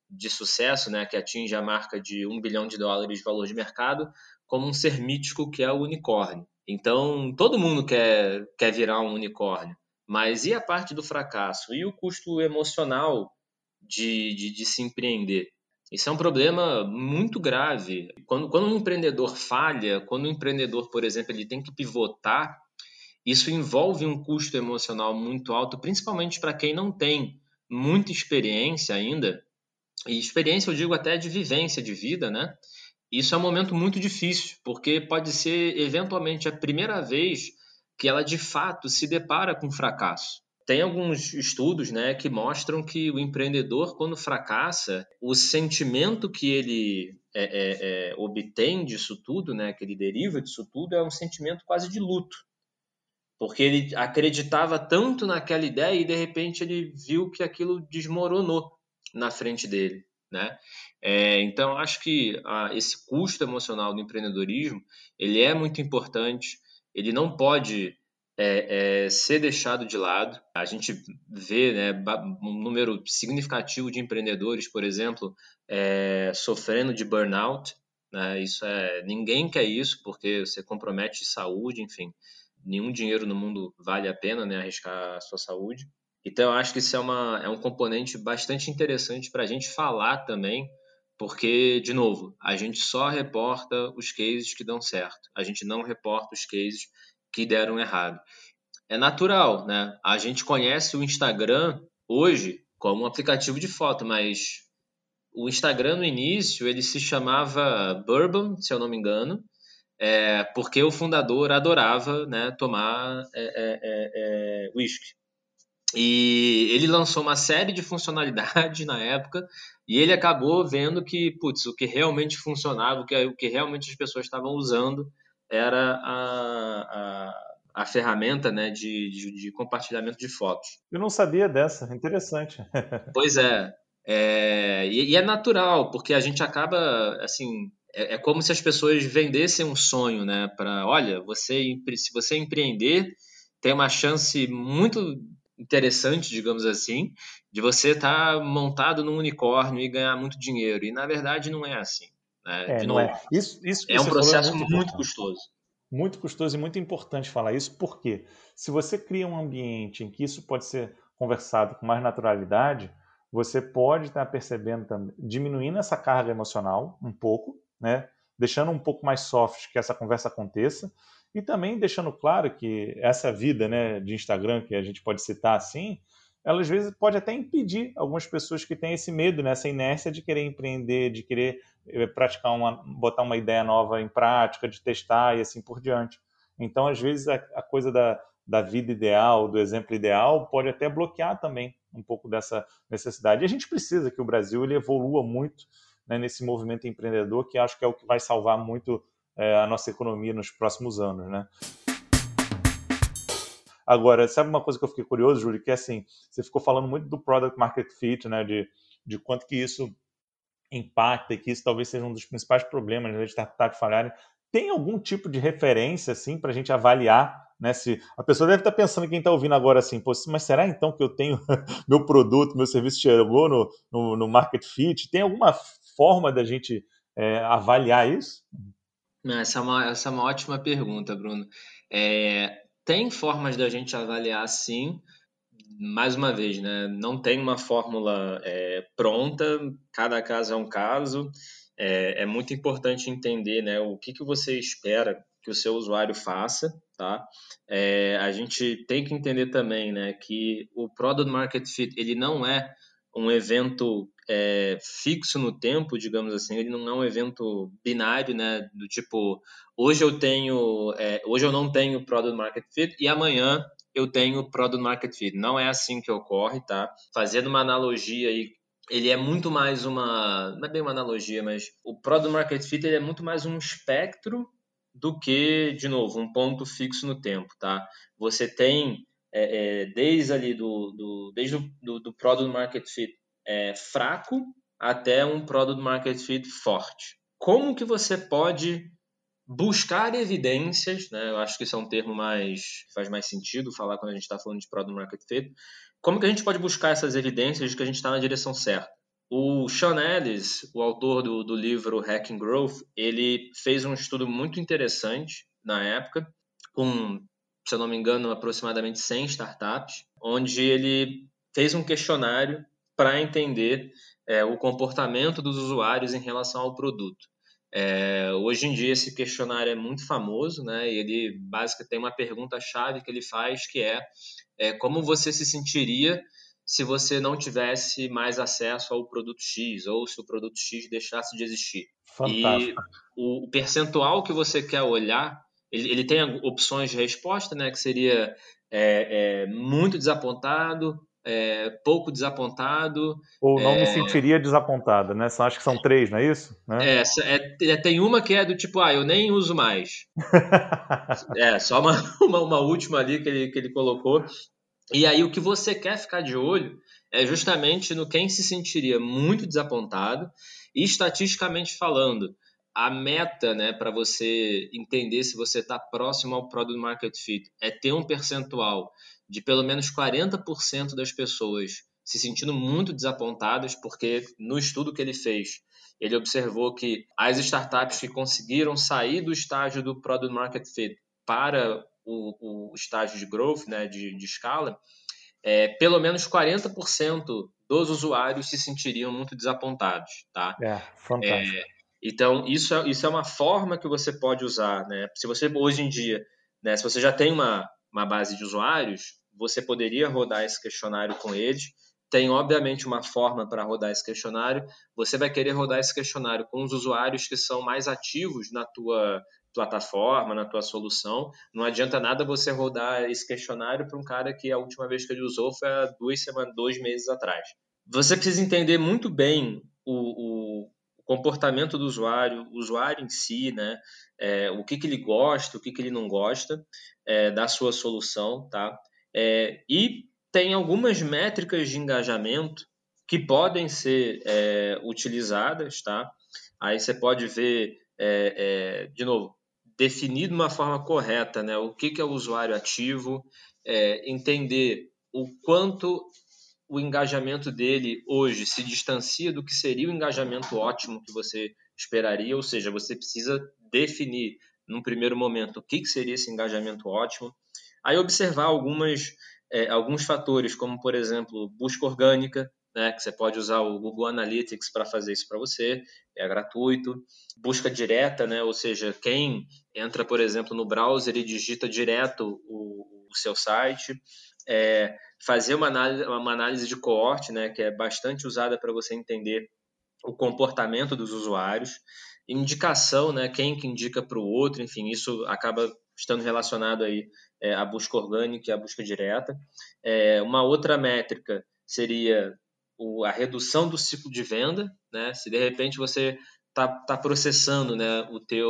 de sucesso, né, que atinge a marca de $1 bilhão de valor de mercado, como um ser mítico que é o unicórnio. Então, todo mundo quer virar um unicórnio, mas e a parte do fracasso? E o custo emocional de se empreender? Isso é um problema muito grave. Quando um empreendedor falha, quando um empreendedor, por exemplo, ele tem que pivotar, isso envolve um custo emocional muito alto, principalmente para quem não tem muita experiência ainda, e experiência eu digo até de vivência de vida, né? Isso é um momento muito difícil, porque pode ser eventualmente a primeira vez que ela de fato se depara com fracasso. Tem alguns estudos, né, que mostram que o empreendedor, quando fracassa, o sentimento que ele obtém disso tudo, né, que ele deriva disso tudo, é um sentimento quase de luto. Porque ele acreditava tanto naquela ideia e de repente ele viu que aquilo desmoronou na frente dele, né? Então acho que esse custo emocional do empreendedorismo ele é muito importante. Ele não pode ser deixado de lado. A gente vê, né, um número significativo de empreendedores, por exemplo, sofrendo de burnout, né? Ninguém quer isso porque você compromete saúde, enfim. Nenhum dinheiro no mundo vale a pena, né, arriscar a sua saúde. Então, eu acho que isso é um componente bastante interessante para a gente falar também, porque, de novo, a gente só reporta os cases que dão certo. A gente não reporta os cases que deram errado. É natural, né? A gente conhece o Instagram hoje como um aplicativo de foto, mas o Instagram no início ele se chamava Bourbon, se eu não me engano, porque o fundador adorava, né, tomar whisky. E ele lançou uma série de funcionalidades na época e ele acabou vendo que, putz, o que realmente funcionava, o que realmente as pessoas estavam usando era a ferramenta, né, de compartilhamento de fotos. Eu não sabia dessa, interessante. Pois é, e é natural, porque a gente acaba, assim, é como se as pessoas vendessem um sonho, né? Olha, se você empreender, tem uma chance muito interessante, digamos assim, de você estar montado num unicórnio e ganhar muito dinheiro. E na verdade não é assim, né? De Não novo, é. Isso que é um você falou é processo muito muito importante. custoso. Muito custoso e muito importante falar isso, porque se você cria um ambiente em que isso pode ser conversado com mais naturalidade, você pode estar percebendo também, diminuindo essa carga emocional um pouco, né? Deixando um pouco mais soft que essa conversa aconteça, e também deixando claro que essa vida, né, de Instagram, que a gente pode citar assim, ela às vezes pode até impedir algumas pessoas que têm esse medo, né, essa inércia de querer empreender, de querer botar uma ideia nova em prática, de testar e assim por diante. Então, às vezes, a coisa da vida ideal, do exemplo ideal, pode até bloquear também um pouco dessa necessidade. E a gente precisa que o Brasil ele evolua muito, né, nesse movimento empreendedor, que acho que é o que vai salvar muito a nossa economia nos próximos anos, né? Agora, sabe uma coisa que eu fiquei curioso, Júlio, que é assim, você ficou falando muito do product market fit, né, de quanto que isso impacta e que isso talvez seja um dos principais problemas, né, de startups falharem. Tem algum tipo de referência assim para a gente avaliar, né? Se a pessoa deve estar pensando, quem está ouvindo agora assim, pô, mas será então que eu tenho meu produto, meu serviço chegou no market fit? Tem alguma forma da gente avaliar isso? Essa é uma ótima pergunta, Bruno. Tem formas da gente avaliar, sim. Mais uma vez, né? Não tem uma fórmula pronta, cada caso é um caso. É muito importante entender, né, o que você espera que o seu usuário faça, tá? A gente tem que entender também, né, que o Product Market Fit ele não é um evento fixo no tempo, digamos assim, ele não é um evento binário, né, do tipo, hoje eu não tenho Product Market Fit e amanhã eu tenho Product Market Fit. Não é assim que ocorre, tá? Fazendo uma analogia aí, ele é muito mais não é bem uma analogia, mas o Product Market Fit ele é muito mais um espectro do que, de novo, um ponto fixo no tempo, tá? Você tem desde ali desde do Product Market Fit fraco até um Product Market Fit forte. Como que você pode buscar evidências, né? Eu acho que isso é um termo que faz mais sentido falar quando a gente está falando de Product Market Fit. Como que a gente pode buscar essas evidências de que a gente está na direção certa? O Sean Ellis, o autor do livro Hacking Growth, ele fez um estudo muito interessante na época, com, se eu não me engano, aproximadamente 100 startups, onde ele fez um questionário para entender o comportamento dos usuários em relação ao produto. Hoje em dia esse questionário é muito famoso, né? E ele basicamente tem uma pergunta-chave que ele faz, que é como você se sentiria se você não tivesse mais acesso ao produto X ou se o produto X deixasse de existir. E Fantástico. o percentual que você quer olhar, ele tem opções de resposta, né? Que seria muito desapontado, pouco desapontado. Ou não me sentiria desapontada, né? Acho que são 3, não é isso? Né? Tem uma que é do tipo, eu nem uso mais. Só uma última ali que ele colocou. E aí o que você quer ficar de olho é justamente no quem se sentiria muito desapontado e estatisticamente falando, a meta, né, para você entender se você está próximo ao Product Market Fit é ter um percentual de pelo menos 40% das pessoas se sentindo muito desapontadas, porque no estudo que ele fez, ele observou que as startups que conseguiram sair do estágio do Product Market Fit para o estágio de growth, né, de escala, pelo menos 40% dos usuários se sentiriam muito desapontados, tá? Fantástico. Então, isso é uma forma que você pode usar, né? Se você, hoje em dia, né, se você já tem uma base de usuários, você poderia rodar esse questionário com eles. Tem, obviamente, uma forma para rodar esse questionário. Você vai querer rodar esse questionário com os usuários que são mais ativos na tua plataforma, na tua solução. Não adianta nada você rodar esse questionário para um cara que a última vez que ele usou foi há 2 meses atrás. Você precisa entender muito bem o comportamento do usuário, o usuário em si, né? O que ele gosta, o que ele não gosta da sua solução, tá? E tem algumas métricas de engajamento que podem ser utilizadas, tá? Aí você pode ver, de novo, definir de uma forma correta, né? O que é o usuário ativo, entender o quanto o engajamento dele hoje se distancia do que seria o engajamento ótimo que você esperaria, ou seja, você precisa definir num primeiro momento o que seria esse engajamento ótimo, aí observar alguns fatores, como por exemplo, busca orgânica, né, que você pode usar o Google Analytics para fazer isso para você, é gratuito, busca direta, né, ou seja, quem entra, por exemplo, no browser e digita direto o seu site, fazer uma análise de coorte, né, que é bastante usada para você entender o comportamento dos usuários, indicação, né, quem que indica para o outro, enfim, isso acaba estando relacionado aí à busca orgânica e à busca direta. Uma outra métrica seria a redução do ciclo de venda, né, se de repente você está processando, né,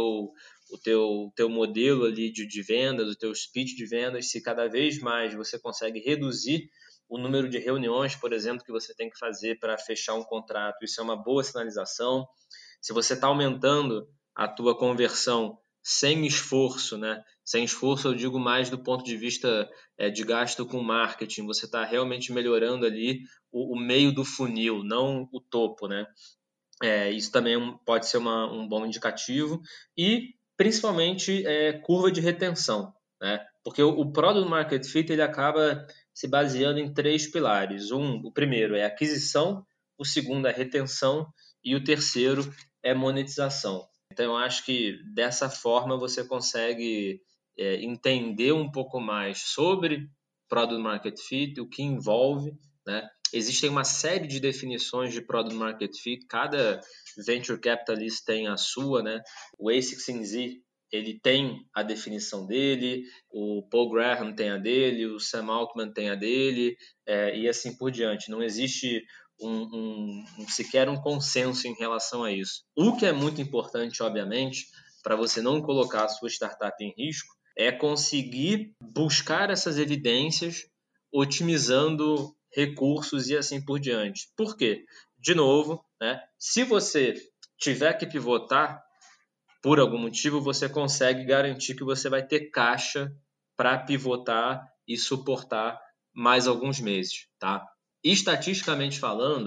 o teu modelo ali de vendas, o teu speech de vendas, se cada vez mais você consegue reduzir o número de reuniões, por exemplo, que você tem que fazer para fechar um contrato, isso é uma boa sinalização. Se você está aumentando a tua conversão sem esforço, né? Sem esforço eu digo mais do ponto de vista de gasto com marketing, você está realmente melhorando ali o meio do funil, não o topo, né? Isso também pode ser um bom indicativo e principalmente curva de retenção, né? Porque o Product Market Fit ele acaba se baseando em 3 pilares. O primeiro é aquisição, o segundo é retenção e o terceiro é monetização. Então eu acho que dessa forma você consegue entender um pouco mais sobre Product Market Fit, o que envolve, né? Existem uma série de definições de Product Market Fit, cada Venture Capitalist tem a sua, né? O A16Z, ele tem a definição dele, o Paul Graham tem a dele, o Sam Altman tem a dele, e assim por diante. Não existe sequer um consenso em relação a isso. O que é muito importante, obviamente, para você não colocar a sua startup em risco, é conseguir buscar essas evidências otimizando recursos e assim por diante. Por quê? De novo, né, se você tiver que pivotar, por algum motivo, você consegue garantir que você vai ter caixa para pivotar e suportar mais alguns meses. Tá? Estatisticamente falando,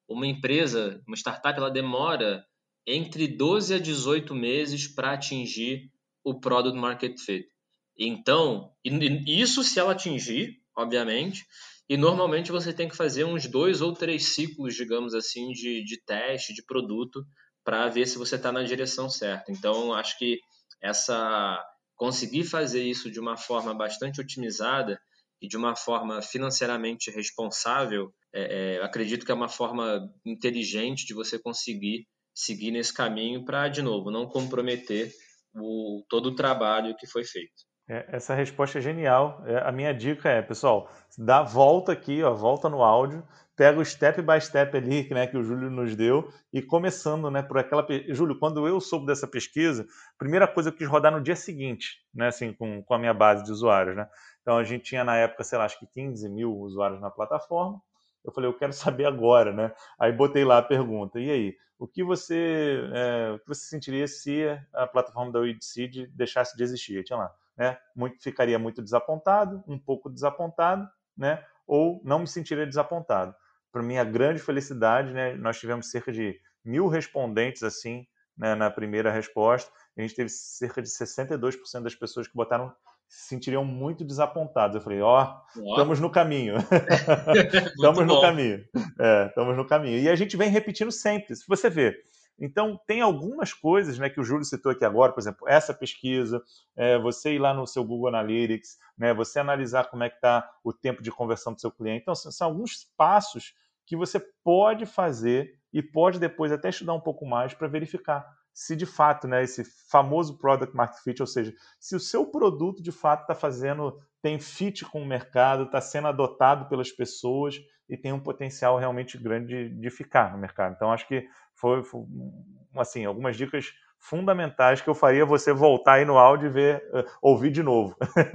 uma empresa, uma startup, ela demora entre 12 a 18 meses para atingir o Product Market Fit. Então, isso se ela atingir, obviamente, e normalmente você tem que fazer uns 2 ou 3 ciclos, digamos assim, de teste, de produto, para ver se você está na direção certa. Então, acho que conseguir fazer isso de uma forma bastante otimizada e de uma forma financeiramente responsável, acredito que é uma forma inteligente de você conseguir seguir nesse caminho para, de novo, não comprometer todo o trabalho que foi feito. Essa resposta é genial. A minha dica é, pessoal, dá a volta aqui, ó, volta no áudio, pega o step by step ali, né, que o Júlio nos deu, e começando, né, por aquela... Júlio, quando eu soube dessa pesquisa, a primeira coisa eu quis rodar no dia seguinte, né, assim, com a minha base de usuários, né? Então a gente tinha na época, sei lá, acho que 15 mil usuários na plataforma. Eu falei, eu quero saber agora, né? Aí botei lá a pergunta, e aí, o que você sentiria se a plataforma da Weedseed deixasse de existir? Tinha lá, né? Ficaria muito desapontado, um pouco desapontado, né? Ou não me sentiria desapontado. Para minha grande felicidade, né, nós tivemos cerca de 1.000 respondentes assim, né, na primeira resposta. A gente teve cerca de 62% das pessoas que botaram se sentiriam muito desapontados. Eu falei, estamos no caminho. Estamos no caminho. Estamos no caminho. E a gente vem repetindo sempre. Se você vê, então, tem algumas coisas, né, que o Júlio citou aqui agora, por exemplo, essa pesquisa, você ir lá no seu Google Analytics, né, você analisar como é que está o tempo de conversão do seu cliente. Então, são alguns passos que você pode fazer e pode depois até estudar um pouco mais para verificar se de fato, né, esse famoso Product Market Fit, ou seja, se o seu produto de fato tem fit com o mercado, está sendo adotado pelas pessoas e tem um potencial realmente grande de ficar no mercado. Então, acho que foi assim, algumas dicas fundamentais que eu faria você voltar aí no áudio e ouvir de novo.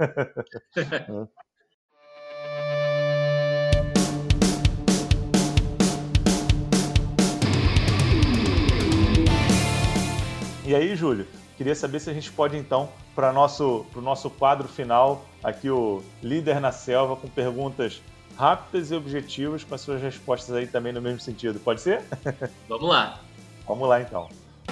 E aí, Júlio, queria saber se a gente pode, então, para o nosso quadro final, aqui o Líder na Selva, com perguntas rápidas e objetivas, com as suas respostas aí também no mesmo sentido. Pode ser? Vamos lá. Vamos lá, então.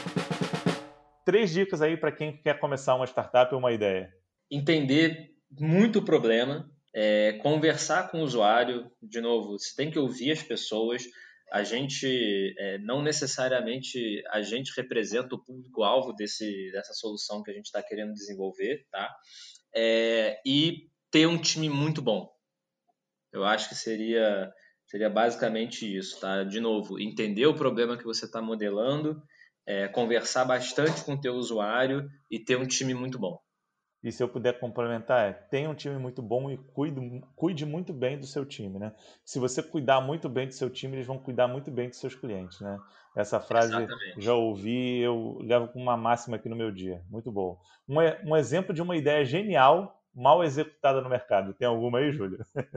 3 dicas aí para quem quer começar uma startup ou uma ideia. Entender muito o problema, conversar com o usuário. De novo, você tem que ouvir as pessoas. A gente, não necessariamente a gente representa o público-alvo dessa solução que a gente está querendo desenvolver, tá? E ter um time muito bom. Eu acho que seria basicamente isso, tá? De novo, entender o problema que você está modelando, conversar bastante com o teu usuário e ter um time muito bom. E se eu puder complementar, tenha um time muito bom e cuide muito bem do seu time, né? Se você cuidar muito bem do seu time, eles vão cuidar muito bem dos seus clientes, né? Essa frase Exatamente. já ouvi, eu levo com uma máxima aqui no meu dia. Muito bom. Um exemplo de uma ideia genial, mal executada no mercado. Tem alguma aí, Júlio?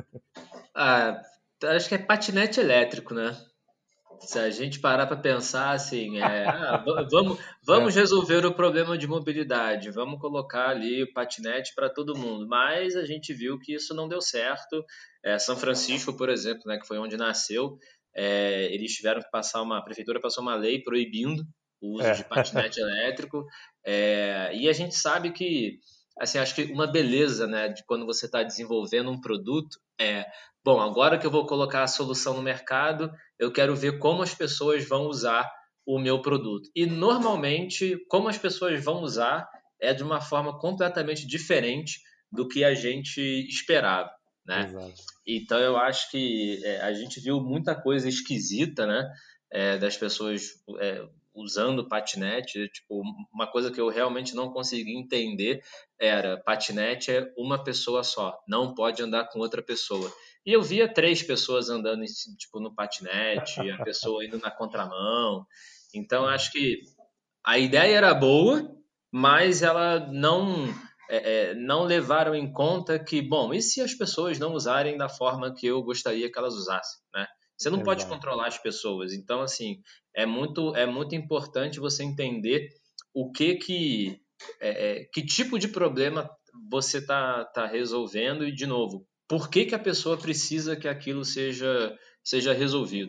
Acho que é patinete elétrico, né? Se a gente parar para pensar assim, vamos resolver o problema de mobilidade, vamos colocar ali o patinete para todo mundo. Mas a gente viu que isso não deu certo. São Francisco, por exemplo, né, que foi onde nasceu, eles tiveram que a prefeitura passou uma lei proibindo o uso de patinete elétrico. E a gente sabe que, assim, acho que uma beleza, né, de quando você está desenvolvendo um produto bom, agora que eu vou colocar a solução no mercado, eu quero ver como as pessoas vão usar o meu produto. E normalmente, como as pessoas vão usar é de uma forma completamente diferente do que a gente esperava, né? Exato. Então eu acho que a gente viu muita coisa esquisita, né? Das pessoas usando patinete. Tipo, uma coisa que eu realmente não consegui entender era patinete é uma pessoa só, não pode andar com outra pessoa. E eu via 3 pessoas andando tipo, no patinete, a pessoa indo na contramão. Então acho que a ideia era boa, mas ela não levaram em conta que, bom, e se as pessoas não usarem da forma que eu gostaria que elas usassem, né? Você não pode Exato. controlar as pessoas. Então, assim, é muito importante você entender o que tipo de problema você tá resolvendo e, de novo, por que a pessoa precisa que aquilo seja resolvido.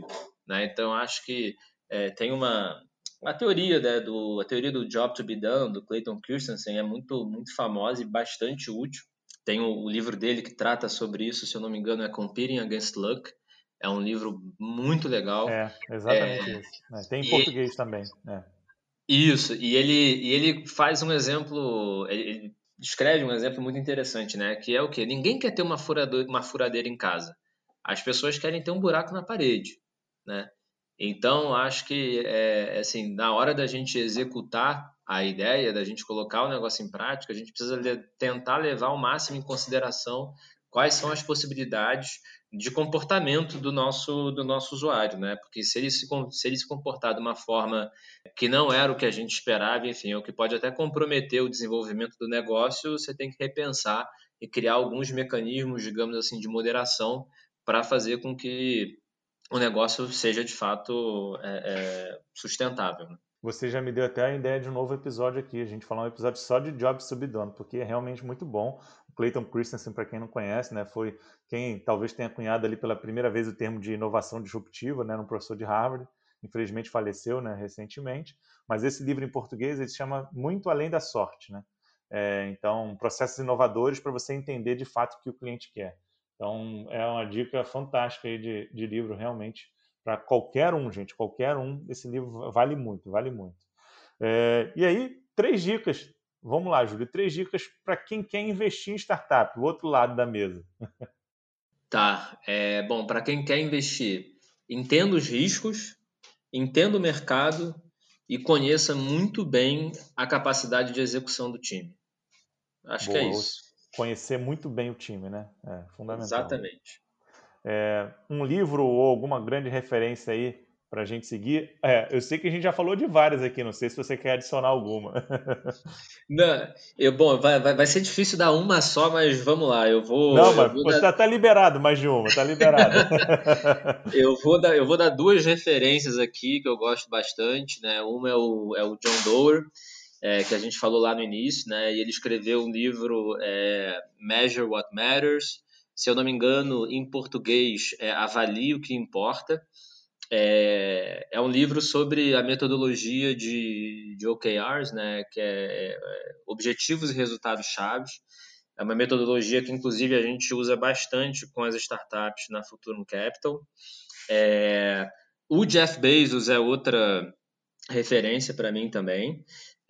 né? Então, acho que tem a teoria, né, a teoria do Job to be Done, do Clayton Christensen, é muito, muito famosa e bastante útil. Tem o livro dele que trata sobre isso, se eu não me engano, é Competing Against Luck. É um livro muito legal. Exatamente isso. Tem em E português também. Isso, e ele faz um exemplo, ele descreve um exemplo muito interessante, né? Que é o quê? Ninguém quer ter uma furadeira em casa. As pessoas querem ter um buraco na parede, né? Então, acho que, assim, na hora da gente executar a ideia, da gente colocar o negócio em prática, a gente precisa tentar levar ao máximo em consideração quais são as possibilidades de comportamento do nosso usuário, né? Porque se ele se comportar de uma forma que não era o que a gente esperava, enfim, o que pode até comprometer o desenvolvimento do negócio, você tem que repensar e criar alguns mecanismos, digamos assim, de moderação para fazer com que o negócio seja de fato sustentável, né? Você já me deu até a ideia de um novo episódio aqui. A gente falar um episódio só de Jobs to be Done, porque é realmente muito bom. O Clayton Christensen, para quem não conhece, né, foi quem talvez tenha cunhado ali pela primeira vez o termo de inovação disruptiva, né, um professor de Harvard. Infelizmente faleceu, né, recentemente. Mas esse livro em português ele se chama Muito Além da Sorte, né? Então, processos inovadores para você entender de fato o que o cliente quer. Então, é uma dica fantástica aí de livro, realmente para qualquer um, gente, qualquer um, esse livro vale muito, vale muito. E aí, 3 dicas. Vamos lá, Júlio, 3 dicas para quem quer investir em startup, o outro lado da mesa. Tá, bom, para quem quer investir, entenda os riscos, entenda o mercado e conheça muito bem a capacidade de execução do time. Acho que é Boa, isso. conhecer muito bem o time, né? É fundamental. Exatamente. Um livro ou alguma grande referência aí para a gente seguir? Eu sei que a gente já falou de várias aqui, não sei se você quer adicionar alguma. Não, bom, vai ser difícil dar uma só, mas vamos lá. Eu vou, Não, eu mas vou dar, tá liberado mais de uma, tá liberado. eu vou dar duas referências aqui que eu gosto bastante, né? Uma é o John Doerr, que a gente falou lá no início, né? E ele escreveu um livro, Measure What Matters. Se eu não me engano, em português, Avalie o que importa. É um livro sobre a metodologia de OKRs, né, que é Objetivos e Resultados Chaves. É uma metodologia que, inclusive, a gente usa bastante com as startups na Futurum Capital. O Jeff Bezos é outra referência para mim também.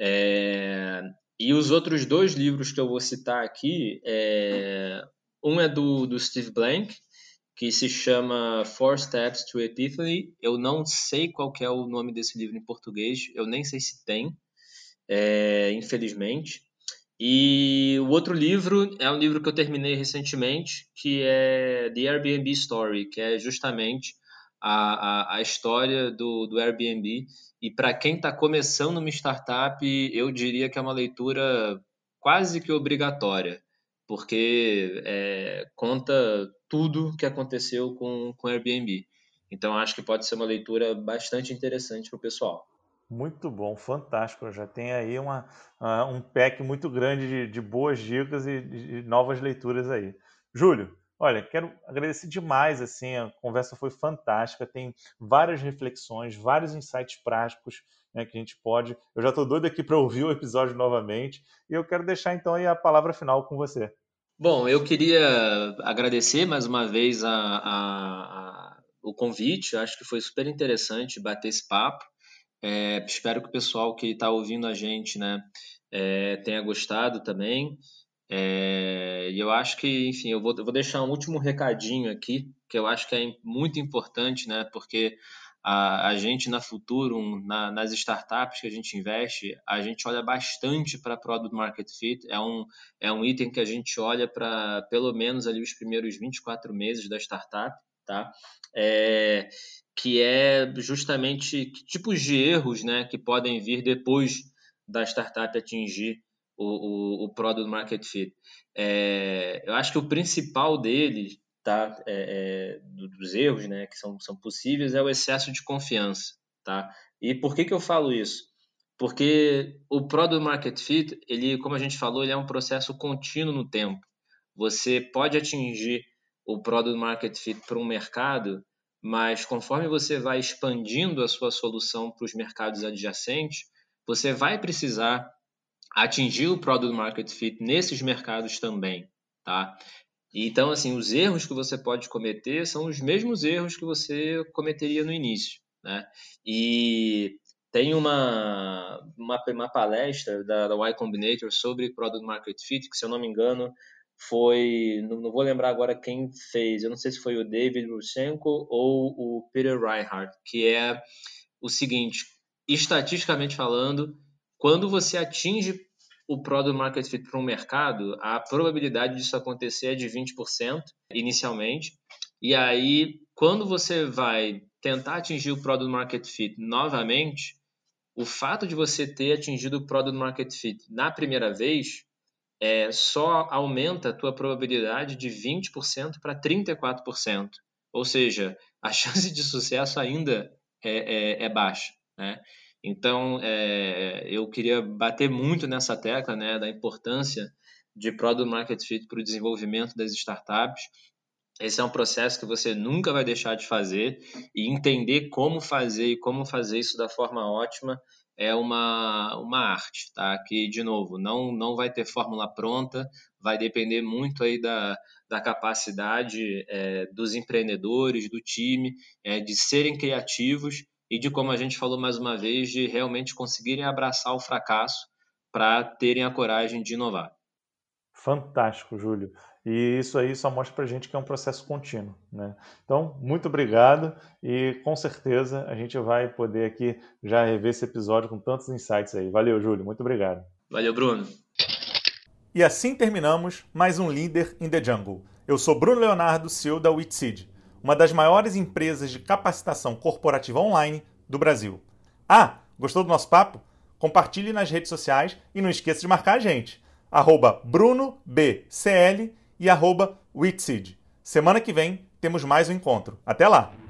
E os outros 2 livros que eu vou citar aqui, um é do Steve Blank, que se chama Four Steps to Epiphany. Eu não sei qual que é o nome desse livro em português, eu nem sei se tem, infelizmente. E o outro livro é um livro que eu terminei recentemente, que é The Airbnb Story, que é justamente a história do Airbnb. E para quem está começando uma startup, eu diria que é uma leitura quase que obrigatória, porque conta tudo que aconteceu com o Airbnb. Então, acho que pode ser uma leitura bastante interessante para o pessoal. Muito bom, fantástico. Já tem aí um pack muito grande de boas dicas e de novas leituras aí. Júlio, olha, quero agradecer demais, assim, a conversa foi fantástica, tem várias reflexões, vários insights práticos, né, que a gente pode... Eu já estou doido aqui para ouvir o episódio novamente e eu quero deixar então aí a palavra final com você. Bom, eu queria agradecer mais uma vez o convite. Eu acho que foi super interessante bater esse papo. Espero que o pessoal que está ouvindo a gente, né, tenha gostado também. E eu acho que, enfim, eu vou deixar um último recadinho aqui, que eu acho que é muito importante, né, porque a gente na Futurum, nas startups que a gente investe, a gente olha bastante para Product Market Fit. É um item que a gente olha para pelo menos ali os primeiros 24 meses da startup, tá? Que é justamente que tipos de erros, né, que podem vir depois da startup atingir o Product Market Fit. Eu acho que o principal dele, tá, dos erros, né, que são possíveis, é o excesso de confiança, tá? E por que eu falo isso? Porque o Product Market Fit, ele, como a gente falou, ele é um processo contínuo no tempo. Você pode atingir o Product Market Fit para um mercado, mas conforme você vai expandindo a sua solução para os mercados adjacentes, você vai precisar atingir o Product Market Fit nesses mercados também, tá? Então, assim, os erros que você pode cometer são os mesmos erros que você cometeria no início, né? E tem uma palestra da Y Combinator sobre Product Market Fit, que, se eu não me engano, foi... Não vou lembrar agora quem fez, eu não sei se foi o David Rusenko ou o Peter Reinhardt, que é o seguinte: estatisticamente falando, quando você atinge o Product Market Fit para um mercado, a probabilidade disso acontecer é de 20% inicialmente. E aí, quando você vai tentar atingir o Product Market Fit novamente, o fato de você ter atingido o Product Market Fit na primeira vez só aumenta a tua probabilidade de 20% para 34%. Ou seja, a chance de sucesso ainda é baixa, né? Então, eu queria bater muito nessa tecla, né, da importância de Product Market Fit para o desenvolvimento das startups. Esse é um processo que você nunca vai deixar de fazer, e entender como fazer e como fazer isso da forma ótima é uma arte, tá? Que, de novo, não vai ter fórmula pronta, vai depender muito aí da capacidade dos empreendedores, do time, de serem criativos e de, como a gente falou mais uma vez, de realmente conseguirem abraçar o fracasso para terem a coragem de inovar. Fantástico, Júlio. E isso aí só mostra pra gente que é um processo contínuo, né? Então, muito obrigado, e com certeza a gente vai poder aqui já rever esse episódio com tantos insights aí. Valeu, Júlio. Muito obrigado. Valeu, Bruno. E assim terminamos mais um Leader in the Jungle. Eu sou Bruno Leonardo, CEO da Witseed, uma das maiores empresas de capacitação corporativa online do Brasil. Ah, gostou do nosso papo? Compartilhe nas redes sociais e não esqueça de marcar a gente. @BrunoBCL e @Witseed. Semana que vem temos mais um encontro. Até lá!